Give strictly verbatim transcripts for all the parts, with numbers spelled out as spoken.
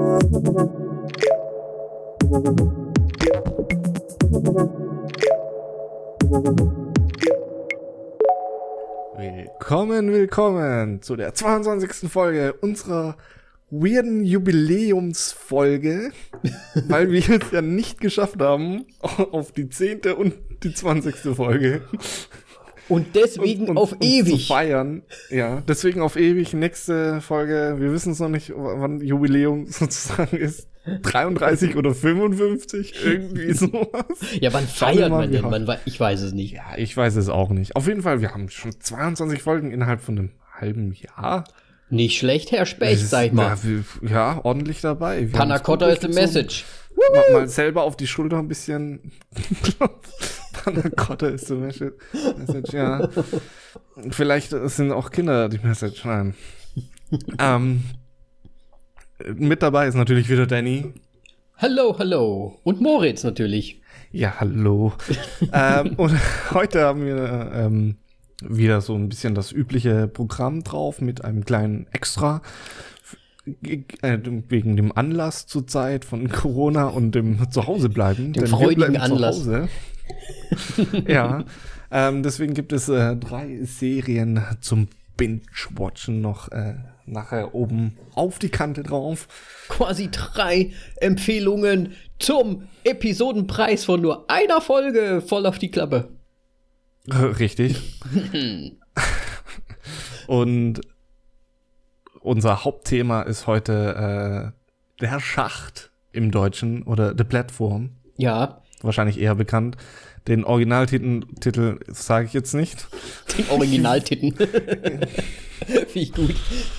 Willkommen, willkommen zu der zweiundzwanzigsten Folge unserer weirden Jubiläumsfolge, weil wir es ja nicht geschafft haben auf die zehnte und die zwanzigste Folge. Und deswegen und, und, auf und ewig. Zu feiern. Ja, deswegen auf ewig. Nächste Folge, wir wissen es noch nicht, wann Jubiläum sozusagen ist. dreiunddreißig oder fünfundfünfzig, irgendwie sowas. Ja, wann feiert man denn? Man, ich weiß es nicht. Ja, ich weiß es auch nicht. Auf jeden Fall, wir haben schon zweiundzwanzig Folgen innerhalb von einem halben Jahr. Nicht schlecht, Herr Specht, sag ich mal. Ja, wir, ja ordentlich dabei. Wir Panna Cotta is the message. Mal, mal selber auf die Schulter ein bisschen. Panna Cotta is the message, ja. Vielleicht sind auch Kinder die Message, nein. ähm, mit dabei ist natürlich wieder Danny. Hallo, hallo. Und Moritz natürlich. Ja, hallo. ähm, und heute haben wir ähm, wieder so ein bisschen das übliche Programm drauf mit einem kleinen Extra äh, wegen dem Anlass zur Zeit von Corona und dem Zuhausebleiben. Dem freudigen Anlass. Zu Hause. Ja, ähm, deswegen gibt es äh, drei Serien zum Binge-Watchen noch äh, nachher oben auf die Kante drauf. Quasi drei Empfehlungen zum Episodenpreis von nur einer Folge, voll auf die Klappe. Richtig. Und unser Hauptthema ist heute äh, der Schacht im Deutschen oder The Platform. Ja. Wahrscheinlich eher bekannt. Den Originaltitel Titel sage ich jetzt nicht. Den Originaltitel. Finde ich gut.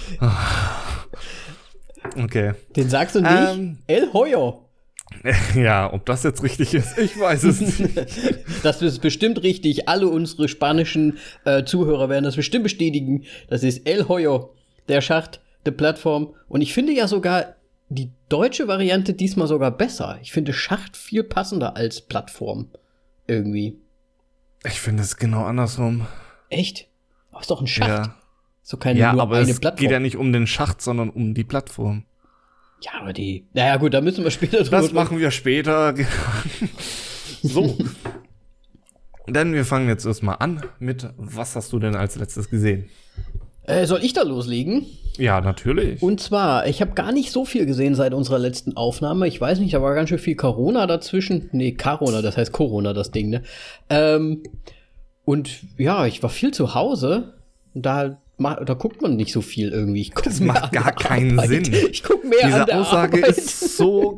Okay. Den sagst du nicht? Ähm, El Hoyo. Ja, ob das jetzt richtig ist, ich weiß es nicht. Das ist bestimmt richtig. Alle unsere spanischen äh, Zuhörer werden das bestimmt bestätigen. Das ist El Hoyo, der Schacht, die Plattform. Und ich finde ja sogar die deutsche Variante diesmal sogar besser. Ich finde Schacht viel passender als Plattform. Irgendwie. Ich finde es genau andersrum. Echt? Aber ist doch ein Schacht. Ja, so keine ja nur aber eine es Plattform. geht ja nicht um den Schacht, sondern um die Plattform. Ja, aber die. Naja, gut, da müssen wir später drüber. Das machen wir später. So. Denn wir fangen jetzt erstmal an mit, was hast du denn als letztes gesehen? Äh, soll ich da loslegen? Ja, natürlich. Und zwar, ich habe gar nicht so viel gesehen seit unserer letzten Aufnahme. Ich weiß nicht, da war ganz schön viel Corona dazwischen. Nee, Corona, das heißt Corona, das Ding, ne? Ähm, und ja, ich war viel zu Hause. Und da, da guckt man nicht so viel irgendwie. Ich das macht gar keinen Arbeit. Sinn. Ich guck mehr Diese an der Aussage Arbeit. ist so...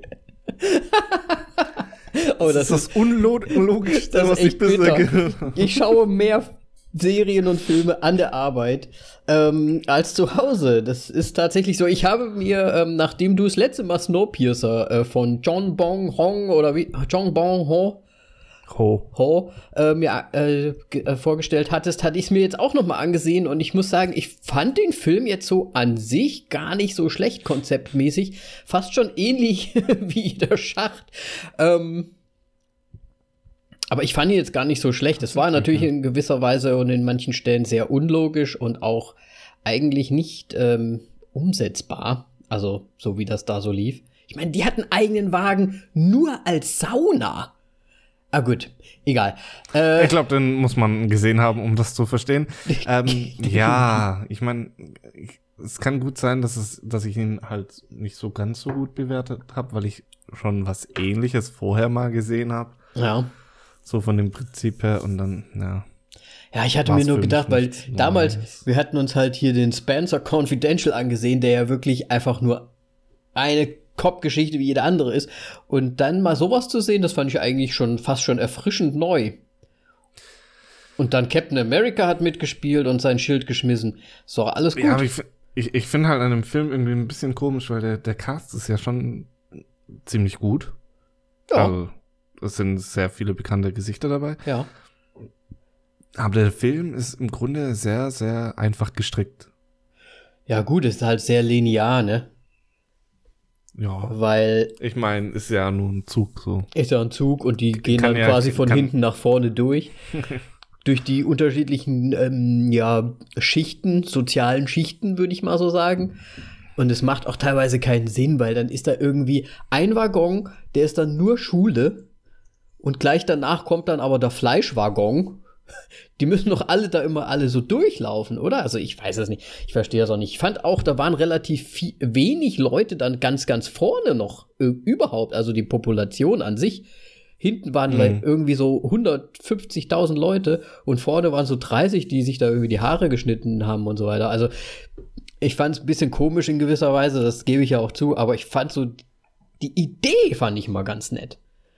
oh, das, das ist das Unlogischste, das was ich bisher gehört habe. Ich schaue mehr Serien und Filme an der Arbeit ähm, als zu Hause. Das ist tatsächlich so. Ich habe mir, ähm, nachdem du das letzte Mal Snowpiercer äh, von John Bong Hong oder wie John Bong Ho Ho, Ho äh, mir äh, g- äh, vorgestellt hattest, hatte ich es mir jetzt auch noch mal angesehen und ich muss sagen, ich fand den Film jetzt so an sich gar nicht so schlecht konzeptmäßig, fast schon ähnlich wie der Schacht. Ähm, Aber ich fand ihn jetzt gar nicht so schlecht. Es war natürlich in gewisser Weise und in manchen Stellen sehr unlogisch und auch eigentlich nicht ähm, umsetzbar. Also, so wie das da so lief. Ich meine, die hatten eigenen Wagen nur als Sauna. Ah, gut. Egal. Äh, ich glaube, den muss man gesehen haben, um das zu verstehen. ähm, ja, ich meine, es kann gut sein, dass, es, dass ich ihn halt nicht so ganz so gut bewertet habe, weil ich schon was Ähnliches vorher mal gesehen habe. ja. So von dem Prinzip her und dann, ja. Ja, ich hatte War's mir nur für mich gedacht, weil nichts damals, Neues. wir hatten uns halt hier den Spencer Confidential angesehen, der ja wirklich einfach nur eine Cop-Geschichte wie jede andere ist. Und dann mal sowas zu sehen, das fand ich eigentlich schon fast schon erfrischend neu. Und dann Captain America hat mitgespielt und sein Schild geschmissen. Ist doch alles gut. Ja, aber ich, ich, ich finde halt an dem Film irgendwie ein bisschen komisch, weil der, der Cast ist ja schon ziemlich gut. Ja. Also, es sind sehr viele bekannte Gesichter dabei. Ja. Aber der Film ist im Grunde sehr, sehr einfach gestrickt. Ja, gut, ist halt sehr linear, ne? Ja. Weil Ich meine, ist ja nur ein Zug so. ist ja ein Zug und die gehen Kann dann ja- quasi von kann- hinten nach vorne durch. Durch die unterschiedlichen ähm, ja, Schichten, sozialen Schichten, würde ich mal so sagen. Und es macht auch teilweise keinen Sinn, weil dann ist da irgendwie ein Waggon, der ist dann nur Schule und gleich danach kommt dann aber der Fleischwaggon. Die müssen doch alle da immer alle so durchlaufen, oder? Also ich weiß es nicht. Ich verstehe das auch nicht. Ich fand auch, da waren relativ viel, wenig Leute dann ganz, ganz vorne noch äh, überhaupt. Also die Population an sich. Hinten waren mhm. irgendwie so hundertfünfzigtausend Leute und vorne waren so dreißig, die sich da irgendwie die Haare geschnitten haben und so weiter. Also ich fand es ein bisschen komisch in gewisser Weise, das gebe ich ja auch zu, aber ich fand so, die Idee fand ich mal ganz nett.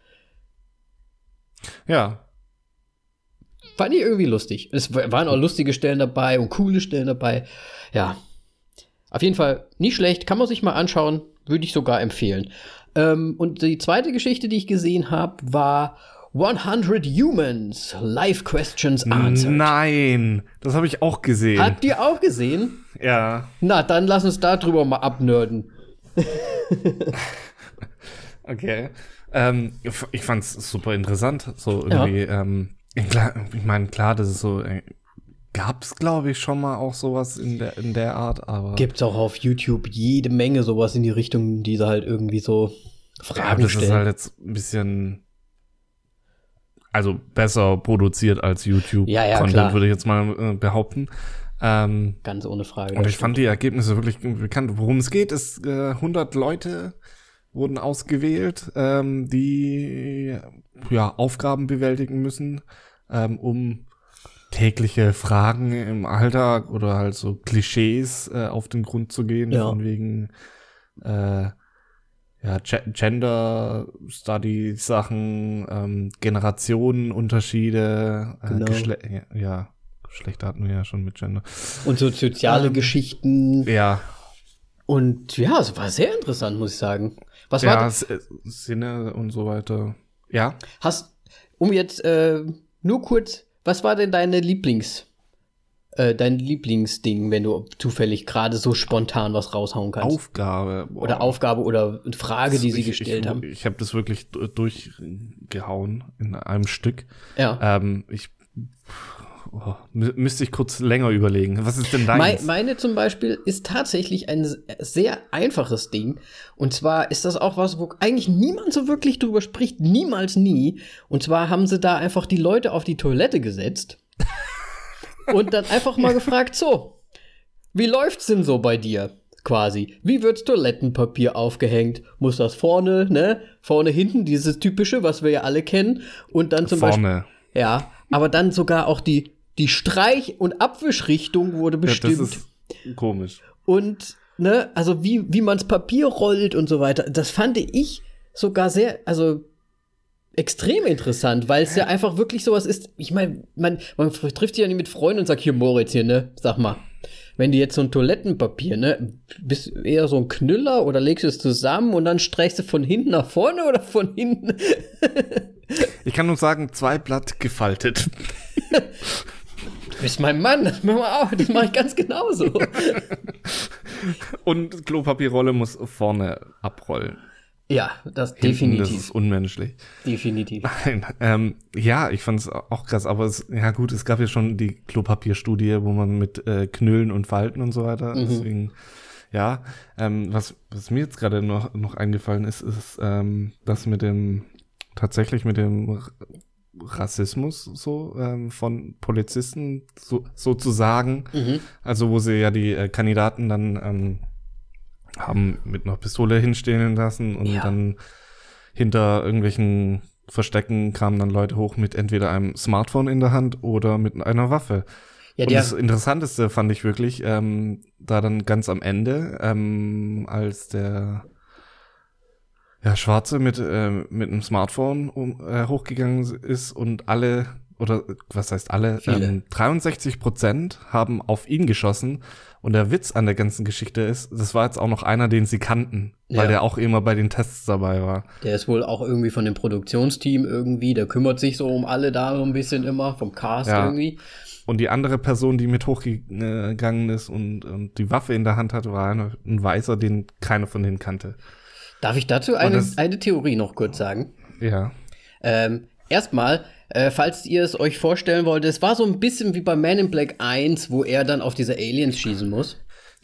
Ja. Fand ich irgendwie lustig. Es waren auch lustige Stellen dabei und coole Stellen dabei. Ja. Auf jeden Fall nicht schlecht, kann man sich mal anschauen, würde ich sogar empfehlen. Ähm, und die zweite Geschichte, die ich gesehen habe, war hundert Humans, Life Questions Answered. Nein, das habe ich auch gesehen. Habt ihr auch gesehen? Ja. Na, dann lass uns darüber mal abnörden. Okay. Ähm, ich fand's super interessant. So irgendwie, ja. ähm, ich meine, klar, das ist so, äh, gab's, glaube ich, schon mal auch sowas in der, in der Art, aber. Gibt's auch auf YouTube jede Menge sowas in die Richtung, die sie halt irgendwie so Fragen ja, das stellen. Das ist halt jetzt ein bisschen, also besser produziert als YouTube. Ja, ja, Content, klar. würde ich jetzt mal äh, behaupten. Ähm, Ganz ohne Frage. Und ich fand die Ergebnisse wirklich bekannt. Worum es geht, ist, äh, hundert Leute wurden ausgewählt, ähm, die ja Aufgaben bewältigen müssen, ähm, um tägliche Fragen im Alltag oder halt so Klischees äh, auf den Grund zu gehen, ja. von wegen äh, ja, G- Gender Study Sachen, ähm, Generationenunterschiede, äh, genau. Geschle- ja, ja, Geschlechter hatten wir ja schon mit Gender. Und so soziale ähm, Geschichten. Ja. Und ja, es war sehr interessant, muss ich sagen. Was ja, war das? Sinne und so weiter. Ja. Hast, um jetzt äh, nur kurz, was war denn deine Lieblings, äh, dein Lieblingsding, wenn du zufällig gerade so spontan was raushauen kannst? Aufgabe. Boah. Oder Aufgabe oder Frage, die also sie ich, gestellt ich, haben. Ich habe das wirklich durchgehauen in einem Stück. Ja. Ähm, ich oh, müsste ich kurz länger überlegen. Was ist denn deins? Me- meine zum Beispiel ist tatsächlich ein sehr einfaches Ding. Und zwar ist das auch was, wo eigentlich niemand so wirklich drüber spricht. Niemals nie. Und zwar haben sie da einfach die Leute auf die Toilette gesetzt. Und dann einfach mal gefragt, so, wie läuft's denn so bei dir? Quasi. Wie wird's Toilettenpapier aufgehängt? Muss das vorne, ne? Vorne, hinten, dieses typische, was wir ja alle kennen. Und dann zum vorne. Beispiel. Ja, aber dann sogar auch die, die Streich- und Abwischrichtung wurde bestimmt. Ja, das ist komisch. Und, ne, also wie, wie man's Papier rollt und so weiter. Das fand ich sogar sehr, also extrem interessant, weil es ja einfach wirklich sowas ist. Ich meine, man, man trifft sich ja nicht mit Freunden und sagt, hier Moritz, hier, ne, sag mal, wenn du jetzt so ein Toilettenpapier, ne, bist du eher so ein Knüller oder legst du es zusammen und dann streichst du von hinten nach vorne oder von hinten? Ich kann nur sagen, zwei Blatt gefaltet. Du bist mein Mann, das machen wir auch, das mache ich ganz genauso. Und Klopapierrolle muss vorne abrollen. Ja, das Hinten, definitiv. Das ist unmenschlich. Definitiv. Nein, ähm, ja, ich fand es auch krass, aber es, ja gut, es gab ja schon die Klopapierstudie, wo man mit äh, Knüllen und Falten und so weiter, mhm. deswegen, ja, ähm, was, was mir jetzt gerade noch, noch eingefallen ist, ist ähm, das mit dem, tatsächlich mit dem Rassismus so ähm, von Polizisten so, sozusagen, mhm. also wo sie ja die äh, Kandidaten dann ähm, haben mit einer Pistole hinstehen lassen und ja. dann hinter irgendwelchen Verstecken kamen dann Leute hoch mit entweder einem Smartphone in der Hand oder mit einer Waffe. Ja, und das Interessanteste fand ich wirklich, ähm, da dann ganz am Ende, ähm, als der ja, Schwarze mit, äh, mit einem Smartphone um, äh, hochgegangen ist und alle, oder was heißt alle, ähm, dreiundsechzig Prozent haben auf ihn geschossen. Und der Witz an der ganzen Geschichte ist, das war jetzt auch noch einer, den sie kannten, ja. weil der auch immer bei den Tests dabei war. Der ist wohl auch irgendwie von dem Produktionsteam irgendwie, der kümmert sich so um alle da so ein bisschen immer, vom Cast ja. irgendwie. Und die andere Person, die mit hochgegangen ist und, und die Waffe in der Hand hatte, war eine, ein Weißer, den keiner von denen kannte. Darf ich dazu eine, das, eine Theorie noch kurz sagen? Ja. Ähm, erstmal, äh, falls ihr es euch vorstellen wollt, es war so ein bisschen wie bei Man in Black eins, wo er dann auf diese Aliens schießen muss.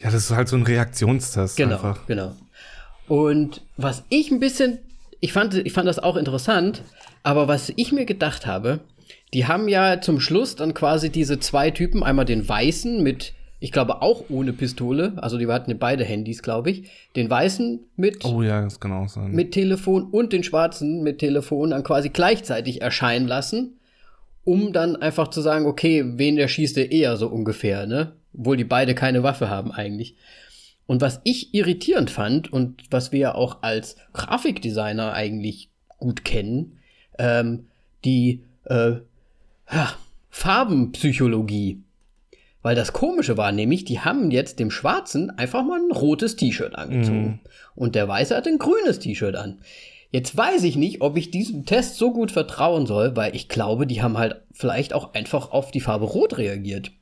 Ja, das ist halt so ein Reaktionstest Genau, einfach. genau. Und was ich ein bisschen, ich fand, ich fand das auch interessant, aber was ich mir gedacht habe, die haben ja zum Schluss dann quasi diese zwei Typen, einmal den Weißen mit, ich glaube auch ohne Pistole, also die hatten beide Handys, glaube ich, den Weißen mit, Oh ja, das kann auch sein. mit Telefon und den Schwarzen mit Telefon dann quasi gleichzeitig erscheinen lassen, um dann einfach zu sagen, okay, wen der schießt der eher so ungefähr, ne? Obwohl die beide keine Waffe haben eigentlich. Und was ich irritierend fand und was wir ja auch als Grafikdesigner eigentlich gut kennen, ähm, die äh, ja, Farbenpsychologie. Weil das Komische war nämlich, die haben jetzt dem Schwarzen einfach mal ein rotes T-Shirt angezogen. Mhm. Und der Weiße hat ein grünes T-Shirt an. Jetzt weiß ich nicht, ob ich diesem Test so gut vertrauen soll, weil ich glaube, die haben halt vielleicht auch einfach auf die Farbe Rot reagiert.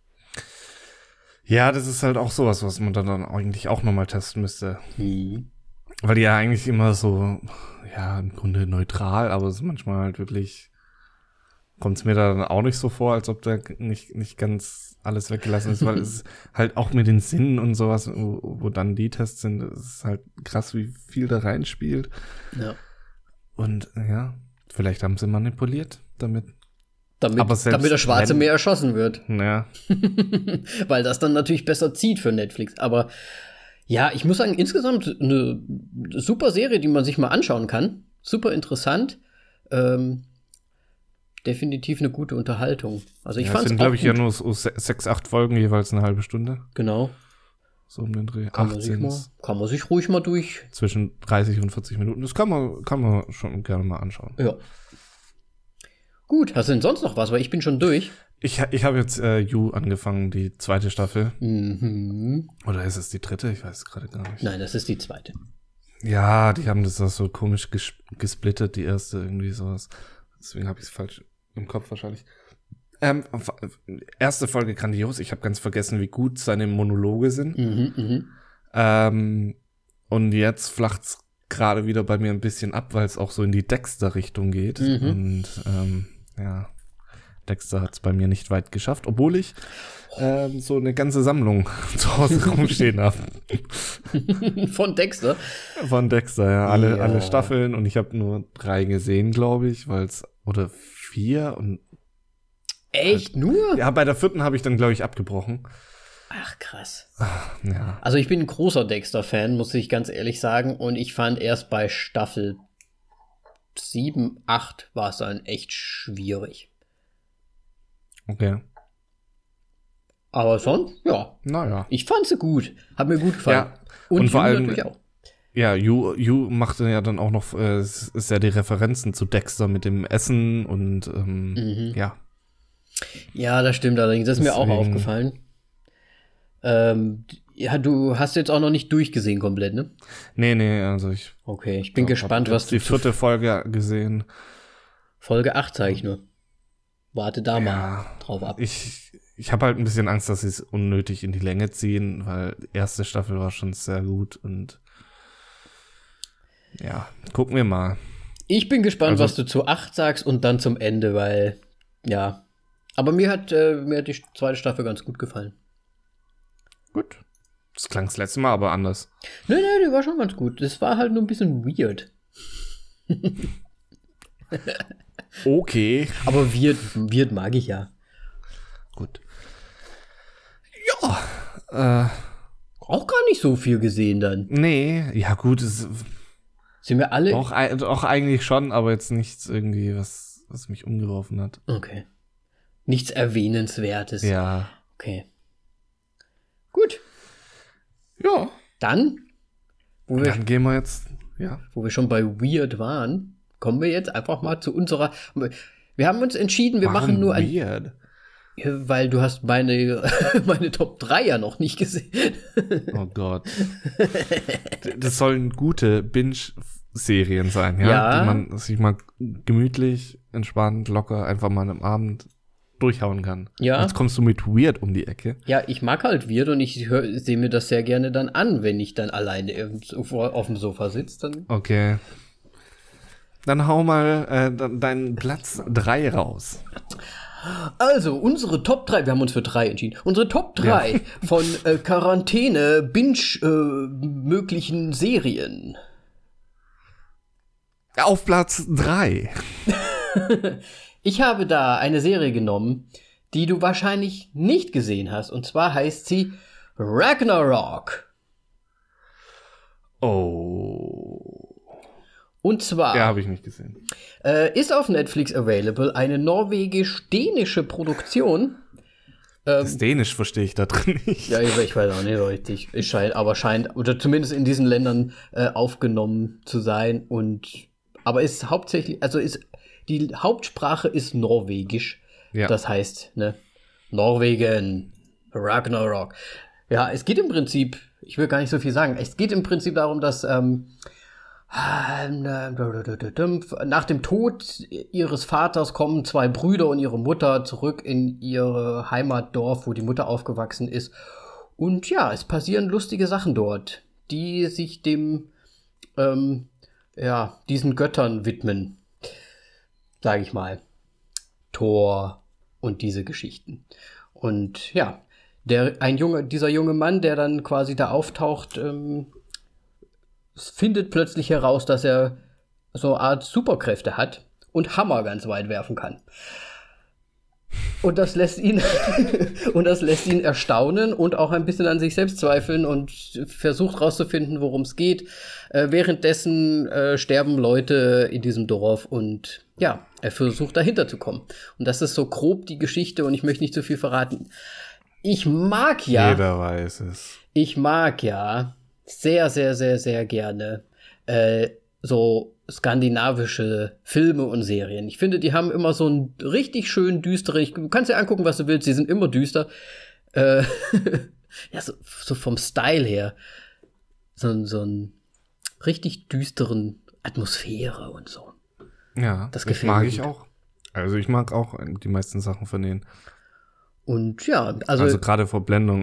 Ja, das ist halt auch sowas, was man dann eigentlich auch nochmal testen müsste. Hm. Weil die ja eigentlich immer so, ja, im Grunde neutral, aber es ist manchmal halt wirklich, kommt es mir da dann auch nicht so vor, als ob da nicht, nicht ganz alles weggelassen ist, weil es ist halt auch mit den Sinnen und sowas, wo, wo dann die Tests sind, es ist halt krass, wie viel da reinspielt. Ja. Und ja, vielleicht haben sie manipuliert damit. Damit, Aber selbst damit der Schwarze wenn- mehr erschossen wird. Ja, Weil das dann natürlich besser zieht für Netflix. Aber ja, ich muss sagen, insgesamt eine super Serie, die man sich mal anschauen kann. Super interessant. Ähm, definitiv eine gute Unterhaltung. Also ich ja, es fand es sind, auch glaube ich, ja gut. nur so se- sechs, acht Folgen, jeweils eine halbe Stunde. Genau. So um den Dreh. Kann man, sich achtzehn mal, kann man sich ruhig mal durch. zwischen dreißig und vierzig Minuten. Das kann man, kann man schon gerne mal anschauen. Ja. Gut, hast du denn sonst noch was? Weil ich bin schon durch. Ich, ich habe jetzt äh, You angefangen, die zweite Staffel. Mhm. Oder ist es die dritte? Ich weiß es gerade gar nicht. Nein, das ist die zweite. Ja, die haben das auch so komisch ges gesplittet, die erste irgendwie sowas. Deswegen habe ich es falsch im Kopf wahrscheinlich. Ähm, f- erste Folge grandios. Ich habe ganz vergessen, wie gut seine Monologe sind. Mhm, mhm. Ähm, und jetzt flacht's gerade wieder bei mir ein bisschen ab, weil es auch so in die Dexter-Richtung geht. Mhm. Und ähm, ja, Dexter hat's bei mir nicht weit geschafft, obwohl ich ähm, so eine ganze Sammlung zu Hause rumstehen habe. Von Dexter. Von Dexter, ja. Alle, Ja. alle Staffeln. Und ich habe nur drei gesehen, glaube ich, weil es, oder vier. Und Echt nur? ja, bei der vierten habe ich dann, glaube ich, abgebrochen. Ach, krass. Ja. Also ich bin ein großer Dexter-Fan, muss ich ganz ehrlich sagen. Und ich fand erst bei Staffel sieben, acht war es dann echt schwierig. Okay. Aber sonst, ja. Naja. Ich fand sie gut. Hat mir gut gefallen. Ja. Und, Und vor You allem- natürlich auch. Ja, You, You machte ja dann auch noch, äh, es ist ja die Referenzen zu Dexter mit dem Essen und ähm, Mhm. ja. Ja, das stimmt allerdings. Das ist mir auch Deswegen- aufgefallen. Ähm, ja, du hast jetzt auch noch nicht durchgesehen komplett, ne? Nee, nee, also ich Okay, ich bin hab gespannt, jetzt was du die zu vierte Folge gesehen. Folge acht zeige ich nur. Warte da mal Ja, drauf ab. ich ich habe halt ein bisschen Angst, dass sie es unnötig in die Länge ziehen, weil die erste Staffel war schon sehr gut und ja, gucken wir mal. Ich bin gespannt, Also- was du zu acht sagst und dann zum Ende, weil, ja. Aber mir hat, äh, mir hat die zweite Staffel ganz gut gefallen. Gut. Das klang das letzte Mal aber anders. Nee, nee, die war schon ganz gut. Das war halt nur ein bisschen weird. Okay. Aber weird, weird mag ich ja. Gut. Ja. Äh, Auch gar nicht so viel gesehen dann. nee, ja gut, es Sind wir alle. Auch, ei- auch eigentlich schon, aber jetzt nichts irgendwie, was, was mich umgeworfen hat. Okay. Nichts Erwähnenswertes. Ja. Okay. Gut. Ja. Dann, wo wir, Dann gehen wir jetzt, ja. wo wir schon bei Weird waren, kommen wir jetzt einfach mal zu unserer. Wir haben uns entschieden, wir machen nur ein. Weird. Weil du hast meine, meine Top drei ja noch nicht gesehen. Oh Gott. D- Das sollen gute Binge-Serien sein, ja? Ja. Die man sich mal gemütlich, entspannt, locker einfach mal am Abend durchhauen kann. Ja. Jetzt kommst du mit Weird um die Ecke. Ja, ich mag halt Weird und ich hör- sehe mir das sehr gerne dann an, wenn ich dann alleine im Sofa- auf dem Sofa sitze. Dann Okay. Dann hau mal äh, de- deinen Platz drei raus. Also, unsere Top drei, wir haben uns für drei entschieden, unsere Top drei ja. von äh, Quarantäne, Binge, äh, möglichen Serien. Auf Platz drei. Ich habe da eine Serie genommen, die du wahrscheinlich nicht gesehen hast. Und zwar heißt sie Ragnarok. Oh. Und zwar. Ja, habe ich nicht gesehen. Äh, ist auf Netflix available eine norwegisch-dänische Produktion. Ähm, das Dänisch verstehe ich da drin nicht. Ja, ich weiß auch nicht so richtig. Es scheint, aber scheint, oder zumindest in diesen Ländern äh, aufgenommen zu sein. Und aber ist hauptsächlich, also ist die Hauptsprache ist Norwegisch. Ja. Das heißt, ne, Norwegen, Ragnarok. Ja, es geht im Prinzip, ich will gar nicht so viel sagen, es geht im Prinzip darum, dass ähm, nach dem Tod ihres Vaters kommen zwei Brüder und ihre Mutter zurück in ihr Heimatdorf, wo die Mutter aufgewachsen ist. Und ja, es passieren lustige Sachen dort, die sich dem, ähm, ja, diesen Göttern widmen, sage ich mal. Thor und diese Geschichten. Und ja, der, ein junge, dieser junge Mann, der dann quasi da auftaucht, ähm, findet plötzlich heraus, dass er so eine Art Superkräfte hat und Hammer ganz weit werfen kann. Und das lässt ihn und das lässt ihn erstaunen und auch ein bisschen an sich selbst zweifeln und versucht rauszufinden, worum es geht. Äh, währenddessen äh, sterben Leute in diesem Dorf und ja, er versucht dahinter zu kommen. Und das ist so grob die Geschichte und ich möchte nicht zu viel verraten. Ich mag ja. Jeder weiß es. Ich mag ja sehr, sehr, sehr, sehr gerne äh, so skandinavische Filme und Serien. Ich finde, die haben immer so einen richtig schön düsteren, ich, du kannst dir angucken, was du willst, die sind immer düster. Äh, ja, so, so vom Style her. So, so einen richtig düsteren Atmosphäre und so. Ja, das gefällt mag mir ich auch. Also ich mag auch die meisten Sachen von denen. Und ja, also... Also gerade Verblendung.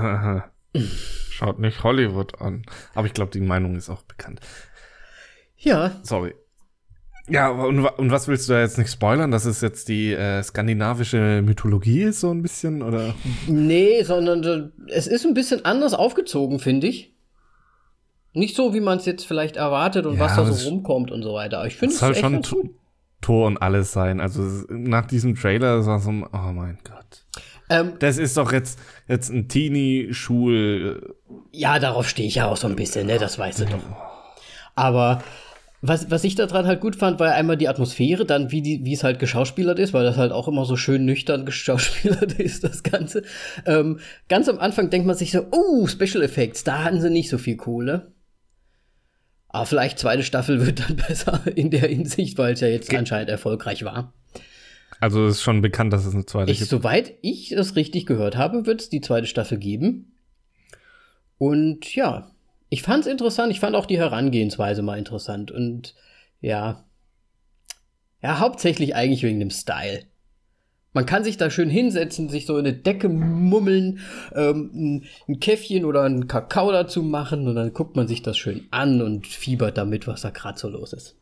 Schaut nicht Hollywood an. Aber ich glaube, die Meinung ist auch bekannt. Ja. Sorry. Ja, und, und was willst du da jetzt nicht spoilern? Dass es jetzt die äh, skandinavische Mythologie ist, so ein bisschen, oder? Nee, sondern es ist ein bisschen anders aufgezogen, finde ich. Nicht so, wie man es jetzt vielleicht erwartet und ja, was da so rumkommt und so weiter. Ich finde es soll schon t- Tor und alles sein. Also nach diesem Trailer war es so, oh mein Gott. Ähm, das ist doch jetzt, jetzt ein Teenie-Schul... Ja, darauf stehe ich ja auch so ein bisschen, ne? Das weißt du doch. Aber was, was ich daran halt gut fand, war einmal die Atmosphäre, dann wie, die, wie es halt geschauspielert ist, weil das halt auch immer so schön nüchtern geschauspielert ist, das Ganze. Ähm, ganz am Anfang denkt man sich so, oh, Special Effects, da hatten sie nicht so viel Kohle. Aber vielleicht zweite Staffel wird dann besser in der Hinsicht, weil es ja jetzt Ge- anscheinend erfolgreich war. Also ist schon bekannt, dass es eine zweite ich, gibt. Soweit ich es richtig gehört habe, wird es die zweite Staffel geben. Und ja, ich fand es interessant. Ich fand auch die Herangehensweise mal interessant. Und ja, ja, hauptsächlich eigentlich wegen dem Style. Man kann sich da schön hinsetzen, sich so in eine Decke mummeln, ähm, ein, ein Käffchen oder einen Kakao dazu machen und dann guckt man sich das schön an und fiebert damit, was da gerade so los ist.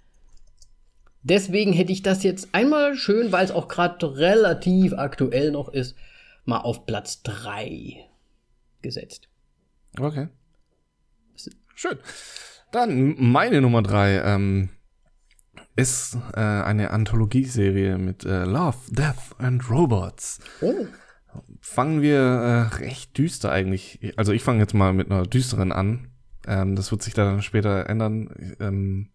Deswegen hätte ich das jetzt einmal schön, weil es auch gerade relativ aktuell noch ist, mal auf Platz drei gesetzt. Okay. Schön. Dann meine Nummer drei ähm, ist äh, eine Anthologieserie mit äh, Love, Death and Robots. Oh. Fangen wir äh, recht düster eigentlich. Also ich fange jetzt mal mit einer düsteren an. Ähm, das wird sich dann später ändern. Ähm,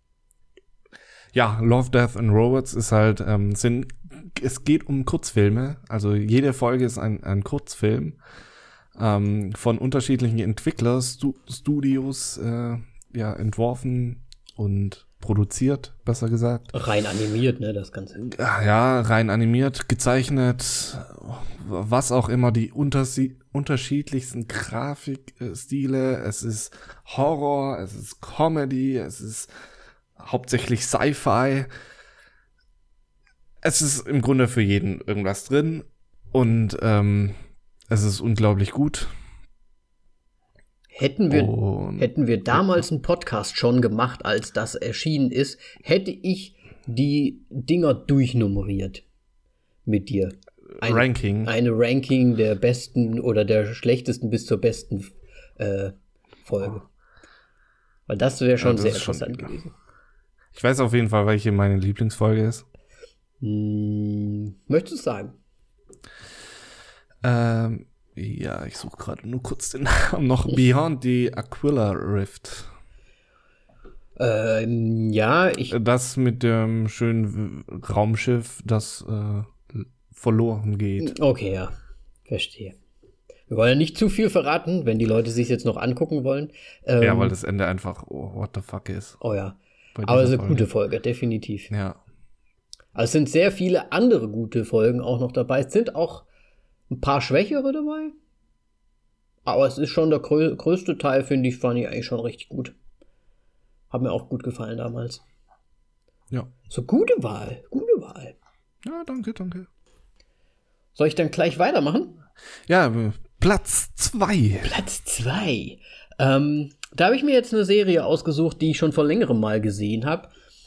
Ja, Love, Death and Robots ist halt, ähm, sind, es geht um Kurzfilme, also jede Folge ist ein, ein Kurzfilm ähm, von unterschiedlichen Entwicklerstudios äh, ja, entworfen und produziert, besser gesagt. Rein animiert, ne, das Ganze. Ja, rein animiert, gezeichnet, was auch immer, die untersi- unterschiedlichsten Grafikstile, es ist Horror, es ist Comedy, es ist hauptsächlich Sci-Fi. Es ist im Grunde für jeden irgendwas drin und ähm, es ist unglaublich gut. Hätten wir, und, hätten wir damals einen Podcast schon gemacht, als das erschienen ist, hätte ich die Dinger durchnummeriert. mit dir. Ein, Ranking. Eine Ranking der besten oder der schlechtesten bis zur besten äh, Folge. Weil das wäre schon ja, das sehr interessant schon, gewesen. Ich weiß auf jeden Fall, welche meine Lieblingsfolge ist. Hm, möchtest du es sagen? Ähm, ja, ich suche gerade nur kurz den Namen noch. Beyond the Aquila Rift. Ähm, ja, ich... Das mit dem schönen Raumschiff, das äh, verloren geht. Okay, ja. Verstehe. Wir wollen ja nicht zu viel verraten, wenn die Leute sich jetzt noch angucken wollen. Ähm, ja, weil das Ende einfach oh, what the fuck ist. Oh ja. Aber es ist eine Folge. Gute Folge, definitiv. Ja. Also es sind sehr viele andere gute Folgen auch noch dabei. Es sind auch ein paar schwächere dabei. Aber es ist schon der grö- größte Teil, finde ich, fand ich eigentlich schon richtig gut. Hat mir auch gut gefallen damals. Ja. So, gute Wahl. Gute Wahl. Ja, danke, danke. Soll ich dann gleich weitermachen? Ja, Platz zwei. Platz zwei. Ähm, da habe ich mir jetzt eine Serie ausgesucht, die ich schon vor längerem mal gesehen habe.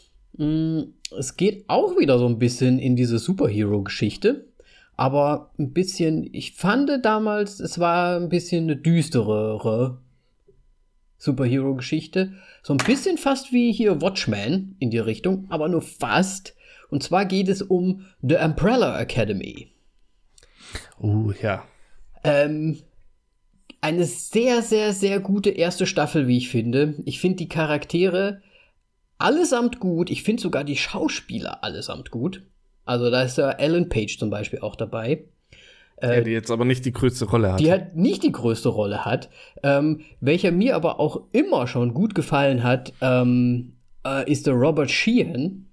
Es geht auch wieder so ein bisschen in diese Superhero-Geschichte. Aber ein bisschen, ich fand damals, es war ein bisschen eine düsterere Superhero-Geschichte. So ein bisschen fast wie hier Watchmen in die Richtung, aber nur fast. Und zwar geht es um The Umbrella Academy. Oh, ja. Ähm, eine sehr, sehr, sehr gute erste Staffel, wie ich finde. Ich finde die Charaktere allesamt gut. Ich finde sogar die Schauspieler allesamt gut. Also da ist ja Ellen Page zum Beispiel auch dabei. Ja, die jetzt aber nicht die größte Rolle hat. Die halt nicht die größte Rolle hat. Ähm, welcher mir aber auch immer schon gut gefallen hat, ähm, äh, ist der Robert Sheehan.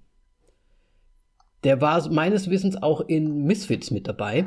Der war meines Wissens auch in Misfits mit dabei.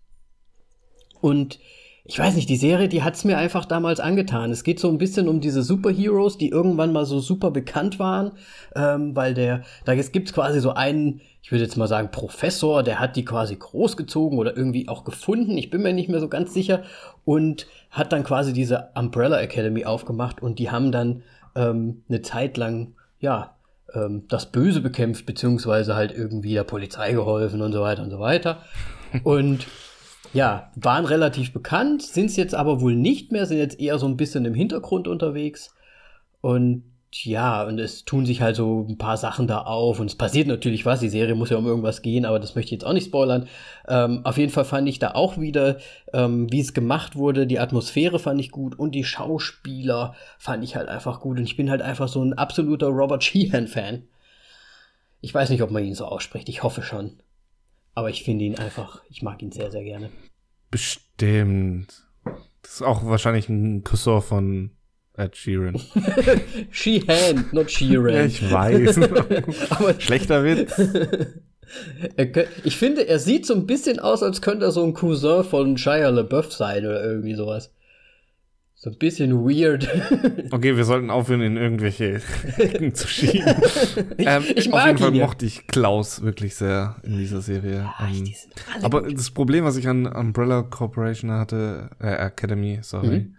Und ich weiß nicht, die Serie, die hat's mir einfach damals angetan. Es geht so ein bisschen um diese Superheroes, die irgendwann mal so super bekannt waren, ähm, weil der, da gibt's quasi so einen, ich würde jetzt mal sagen, Professor, der hat die quasi großgezogen oder irgendwie auch gefunden, ich bin mir nicht mehr so ganz sicher, und hat dann quasi diese Umbrella Academy aufgemacht und die haben dann ähm, eine Zeit lang, ja, ähm, das Böse bekämpft, beziehungsweise halt irgendwie der Polizei geholfen und so weiter und so weiter. Und ja, waren relativ bekannt, sind es jetzt aber wohl nicht mehr, sind jetzt eher so ein bisschen im Hintergrund unterwegs. Und ja, und es tun sich halt so ein paar Sachen da auf und es passiert natürlich was, die Serie muss ja um irgendwas gehen, aber das möchte ich jetzt auch nicht spoilern. Ähm, auf jeden Fall fand ich da auch wieder, ähm, wie es gemacht wurde, die Atmosphäre fand ich gut und die Schauspieler fand ich halt einfach gut. Und ich bin halt einfach so ein absoluter Robert Sheehan-Fan. Ich weiß nicht, ob man ihn so ausspricht, ich hoffe schon. Aber ich finde ihn einfach, ich mag ihn sehr, sehr gerne. Bestimmt. Das ist auch wahrscheinlich ein Cousin von Ed Sheeran. Sheehan, not Sheeran. Ja, ich weiß. Aber schlechter Witz. Ich finde, er sieht so ein bisschen aus, als könnte er so ein Cousin von Shia LaBeouf sein oder irgendwie sowas. So ein bisschen weird. Okay, wir sollten aufhören, in irgendwelche Ecken zu schieben. ich, ähm, ich mag auf jeden Fall ihn, mochte ich Klaus wirklich sehr in dieser Serie. Ja, ähm, die sind alle aber gut. Das Problem, was ich an Umbrella Corporation hatte, äh, Academy, sorry. Mhm.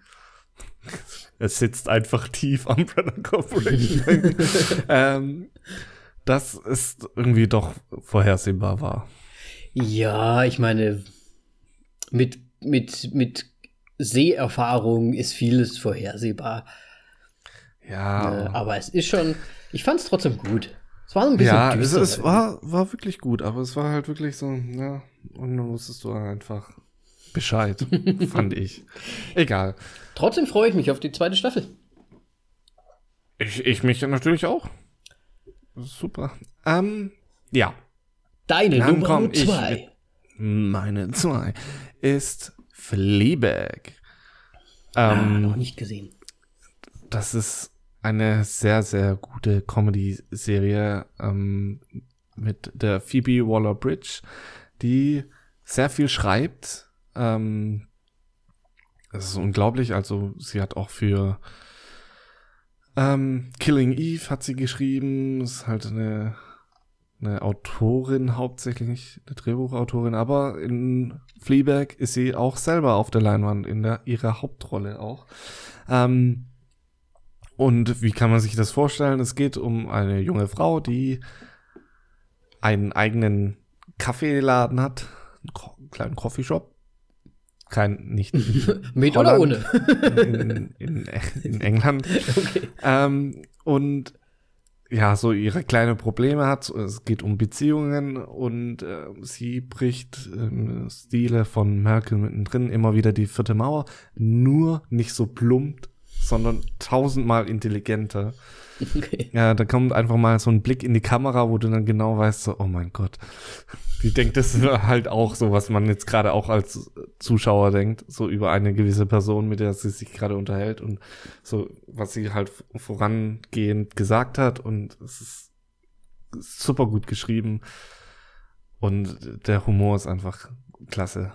Es sitzt einfach tief, Umbrella Corporation. ähm, dass es irgendwie doch vorhersehbar war. Ja, ich meine, mit, mit, mit Seherfahrung ist vieles vorhersehbar. Ja. Äh, aber es ist schon, ich fand es trotzdem gut. Es war so ein bisschen Ja, düster. es, es war, war wirklich gut, aber es war halt wirklich so, ja, und dann wusstest du einfach Bescheid, fand ich. Egal. Trotzdem freue ich mich auf die zweite Staffel. Ich, ich mich natürlich auch. Super. Ähm, ja. Deine Dann Nummer komm zwei. Ich, meine zwei ist Fleabag. Ah, Ähm, noch nicht gesehen. Das ist eine sehr, sehr gute Comedy-Serie ähm, mit der Phoebe Waller-Bridge, die sehr viel schreibt. Ähm, das ist unglaublich. Also sie hat auch für ähm, Killing Eve hat sie geschrieben. Ist halt eine, eine Autorin hauptsächlich, eine Drehbuchautorin. Aber in Fleabag ist sie auch selber auf der Leinwand in der ihrer Hauptrolle auch. Ähm, Und wie kann man sich das vorstellen? Es geht um eine junge Frau, die einen eigenen Kaffeeladen hat, einen, Ko- einen kleinen Coffeeshop. Kein, nicht in Mit Holland, oder ohne? in, in, in England. Okay. Ähm, und ja, so ihre kleine Probleme hat. Es geht um Beziehungen und äh, sie bricht im Stile von Merkel mittendrin immer wieder die vierte Mauer. Nur nicht so plump, sondern tausendmal intelligenter. Okay. Ja, da kommt einfach mal so ein Blick in die Kamera, wo du dann genau weißt, so, oh mein Gott. Die denkt das ist halt auch so, was man jetzt gerade auch als Zuschauer denkt, so über eine gewisse Person, mit der sie sich gerade unterhält und so, was sie halt vorangehend gesagt hat, und es ist super gut geschrieben und der Humor ist einfach klasse.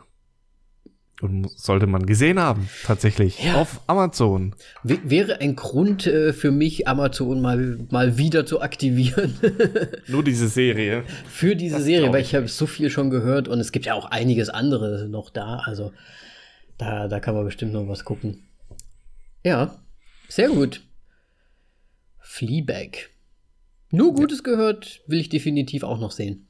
Und sollte man gesehen haben, tatsächlich, Ja. auf Amazon. W- wäre ein Grund äh, für mich, Amazon mal, mal wieder zu aktivieren Nur diese Serie. für diese Das Serie, glaub weil ich. ich habe so viel schon gehört und es gibt ja auch einiges andere noch da. Also da, da kann man bestimmt noch was gucken. Ja, sehr gut. Fleabag. Nur Gutes gehört, will ich definitiv auch noch sehen.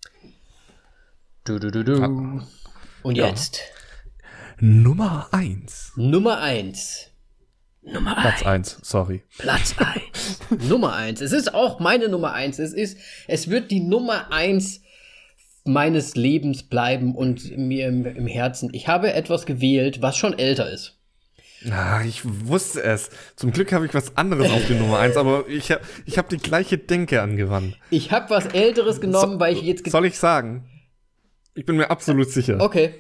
Du, du, du, du. Ah. Und Ja. jetzt Nummer eins. Nummer eins. Nummer Platz eins, sorry. Platz eins. Nummer eins. Es ist auch meine Nummer eins. Es ist, es wird die Nummer eins meines Lebens bleiben und mir im, im Herzen. Ich habe etwas gewählt, was schon älter ist. Ah, ich wusste es. Zum Glück habe ich was anderes auf die Nummer eins, aber ich habe ich hab die gleiche Denke angewandt. Ich habe was Älteres genommen, So- weil ich jetzt... ge- Soll ich sagen? Ich bin mir absolut sicher. Okay.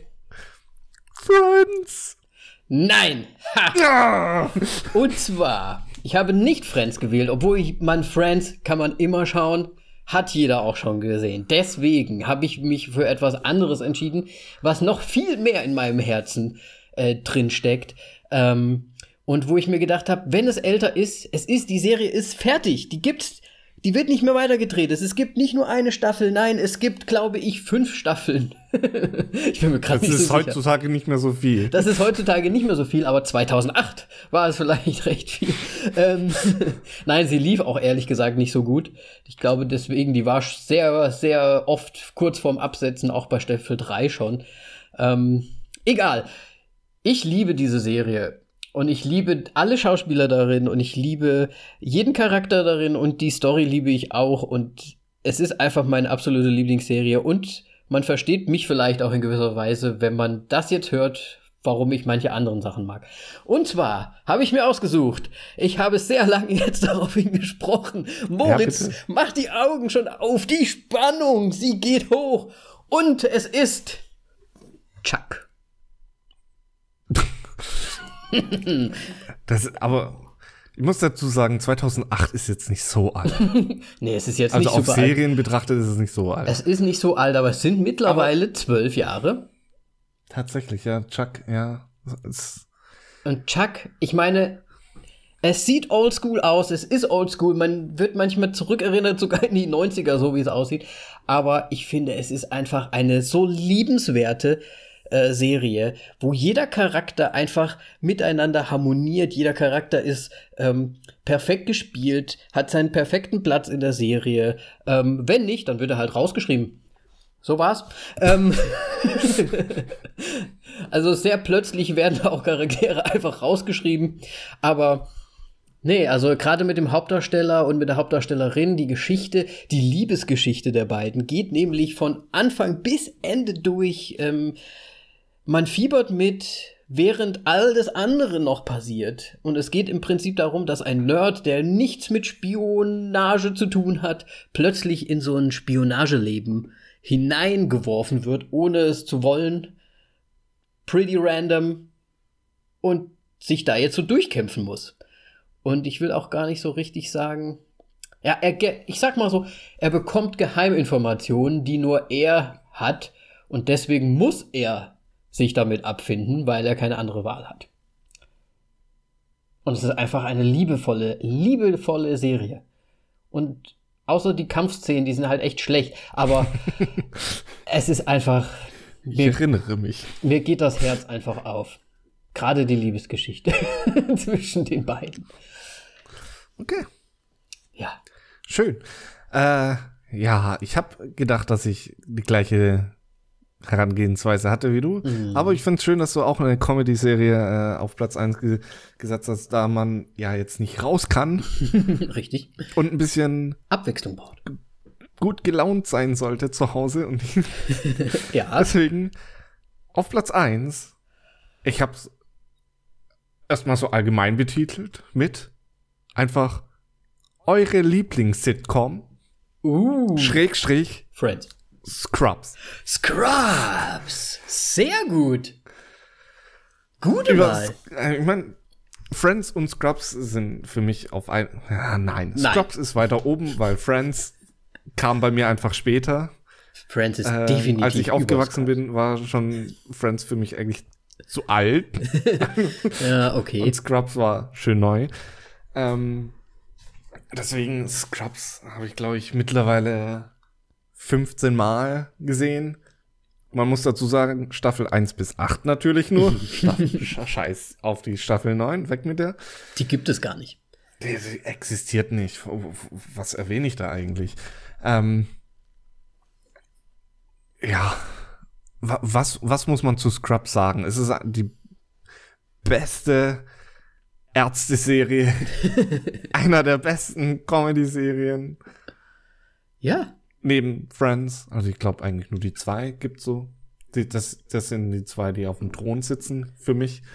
Friends! Nein! Ha! Ja! Und zwar, ich habe nicht Friends gewählt, obwohl ich, man, Friends kann man immer schauen, hat jeder auch schon gesehen. Deswegen habe ich mich für etwas anderes entschieden, was noch viel mehr in meinem Herzen äh, drin steckt. Ähm, und wo ich mir gedacht habe, wenn es älter ist, es ist, die Serie ist fertig, die gibt's, die wird nicht mehr weitergedreht. Es, es gibt nicht nur eine Staffel, nein, es gibt, glaube ich, fünf Staffeln. Ich bin mir gerade Das nicht ist so sicher. heutzutage nicht mehr so viel. Das ist heutzutage nicht mehr so viel, aber zweitausendacht war es vielleicht recht viel. ähm, Nein, sie lief auch ehrlich gesagt nicht so gut. Ich glaube deswegen, die war sehr, sehr oft kurz vorm Absetzen, auch bei Staffel drei schon. Ähm, egal. Ich liebe diese Serie. Und ich liebe alle Schauspieler darin und ich liebe jeden Charakter darin und die Story liebe ich auch. Und es ist einfach meine absolute Lieblingsserie. Und man versteht mich vielleicht auch in gewisser Weise, wenn man das jetzt hört, warum ich manche anderen Sachen mag. Und zwar habe ich mir ausgesucht, ich habe sehr lange jetzt daraufhin gesprochen. Moritz, bitte. mach die Augen schon auf, die Spannung, sie geht hoch. Und es ist Chuck. Das, aber ich muss dazu sagen, zweitausendacht ist jetzt nicht so alt. Nee, es ist jetzt Also nicht auf super alt. Serien betrachtet ist es nicht so alt. Es ist nicht so alt, aber es sind mittlerweile zwölf Jahre. Tatsächlich, ja. Chuck, ja. Es, Und Chuck, ich meine, es sieht oldschool aus, es ist oldschool, man wird manchmal zurückerinnert, sogar in die neunziger, so wie es aussieht. Aber ich finde, es ist einfach eine so liebenswerte äh, Serie, wo jeder Charakter einfach miteinander harmoniert. Jeder Charakter ist ähm, perfekt gespielt, hat seinen perfekten Platz in der Serie. Ähm, wenn nicht, dann wird er halt rausgeschrieben. So war's. Ähm, also sehr plötzlich werden auch Charaktere einfach rausgeschrieben. Aber nee, also gerade mit dem Hauptdarsteller und mit der Hauptdarstellerin, die Geschichte, die Liebesgeschichte der beiden geht nämlich von Anfang bis Ende durch. Ähm, man fiebert mit, während all das andere noch passiert. Und es geht im Prinzip darum, dass ein Nerd, der nichts mit Spionage zu tun hat, plötzlich in so ein Spionageleben hineingeworfen wird, ohne es zu wollen. Pretty random. Und sich da jetzt so durchkämpfen muss. Und ich will auch gar nicht so richtig sagen, ja, er, ge- ich sag mal so, er bekommt Geheiminformationen, die nur er hat. Und deswegen muss er sich damit abfinden, weil er keine andere Wahl hat. Und es ist einfach eine liebevolle, liebevolle Serie. Und außer die Kampfszenen, die sind halt echt schlecht. Aber es ist einfach, ich mir, erinnere mich. mir geht das Herz einfach auf. Gerade die Liebesgeschichte zwischen den beiden. Okay. Ja. Schön. Äh, Ja, ich habe gedacht, dass ich die gleiche Herangehensweise hatte wie du. Mhm. Aber ich finde es schön, dass du auch eine Comedy-Serie äh, auf Platz eins ge- gesetzt hast, da man ja jetzt nicht raus kann Richtig. und ein bisschen Abwechslung braucht. gut gelaunt sein sollte zu Hause. Und Ja. deswegen auf Platz eins, ich habe es erstmal so allgemein betitelt mit einfach eure Lieblings-Sitcom, Uh. Schrägstrich, Friends. Scrubs. Scrubs. Sehr gut. Gute Über, Wahl. äh, ich meine, Friends und Scrubs sind für mich auf ein. Ja, nein. Nein. Scrubs ist weiter oben, weil Friends kam bei mir einfach später. Friends ist Ähm, definitiv. als ich über aufgewachsen Scrubs. bin, war schon Friends für mich eigentlich zu alt. Ja, okay. Und Scrubs war schön neu. Ähm, deswegen Scrubs habe ich, glaube ich, mittlerweile fünfzehn Mal gesehen. Man muss dazu sagen, Staffel eins bis acht natürlich nur. Staffel, Sch- Scheiß auf die Staffel neun, weg mit der. Die gibt es gar nicht. Die, die existiert nicht. Was erwähne ich da eigentlich? Ähm, ja, Wa- was, was muss man zu Scrubs sagen? Es ist die beste Ärzte-Serie. Einer der besten Comedy-Serien. Ja. Neben Friends. Also ich glaube eigentlich nur die zwei gibt so. Die, das, das sind die zwei, die auf dem Thron sitzen für mich.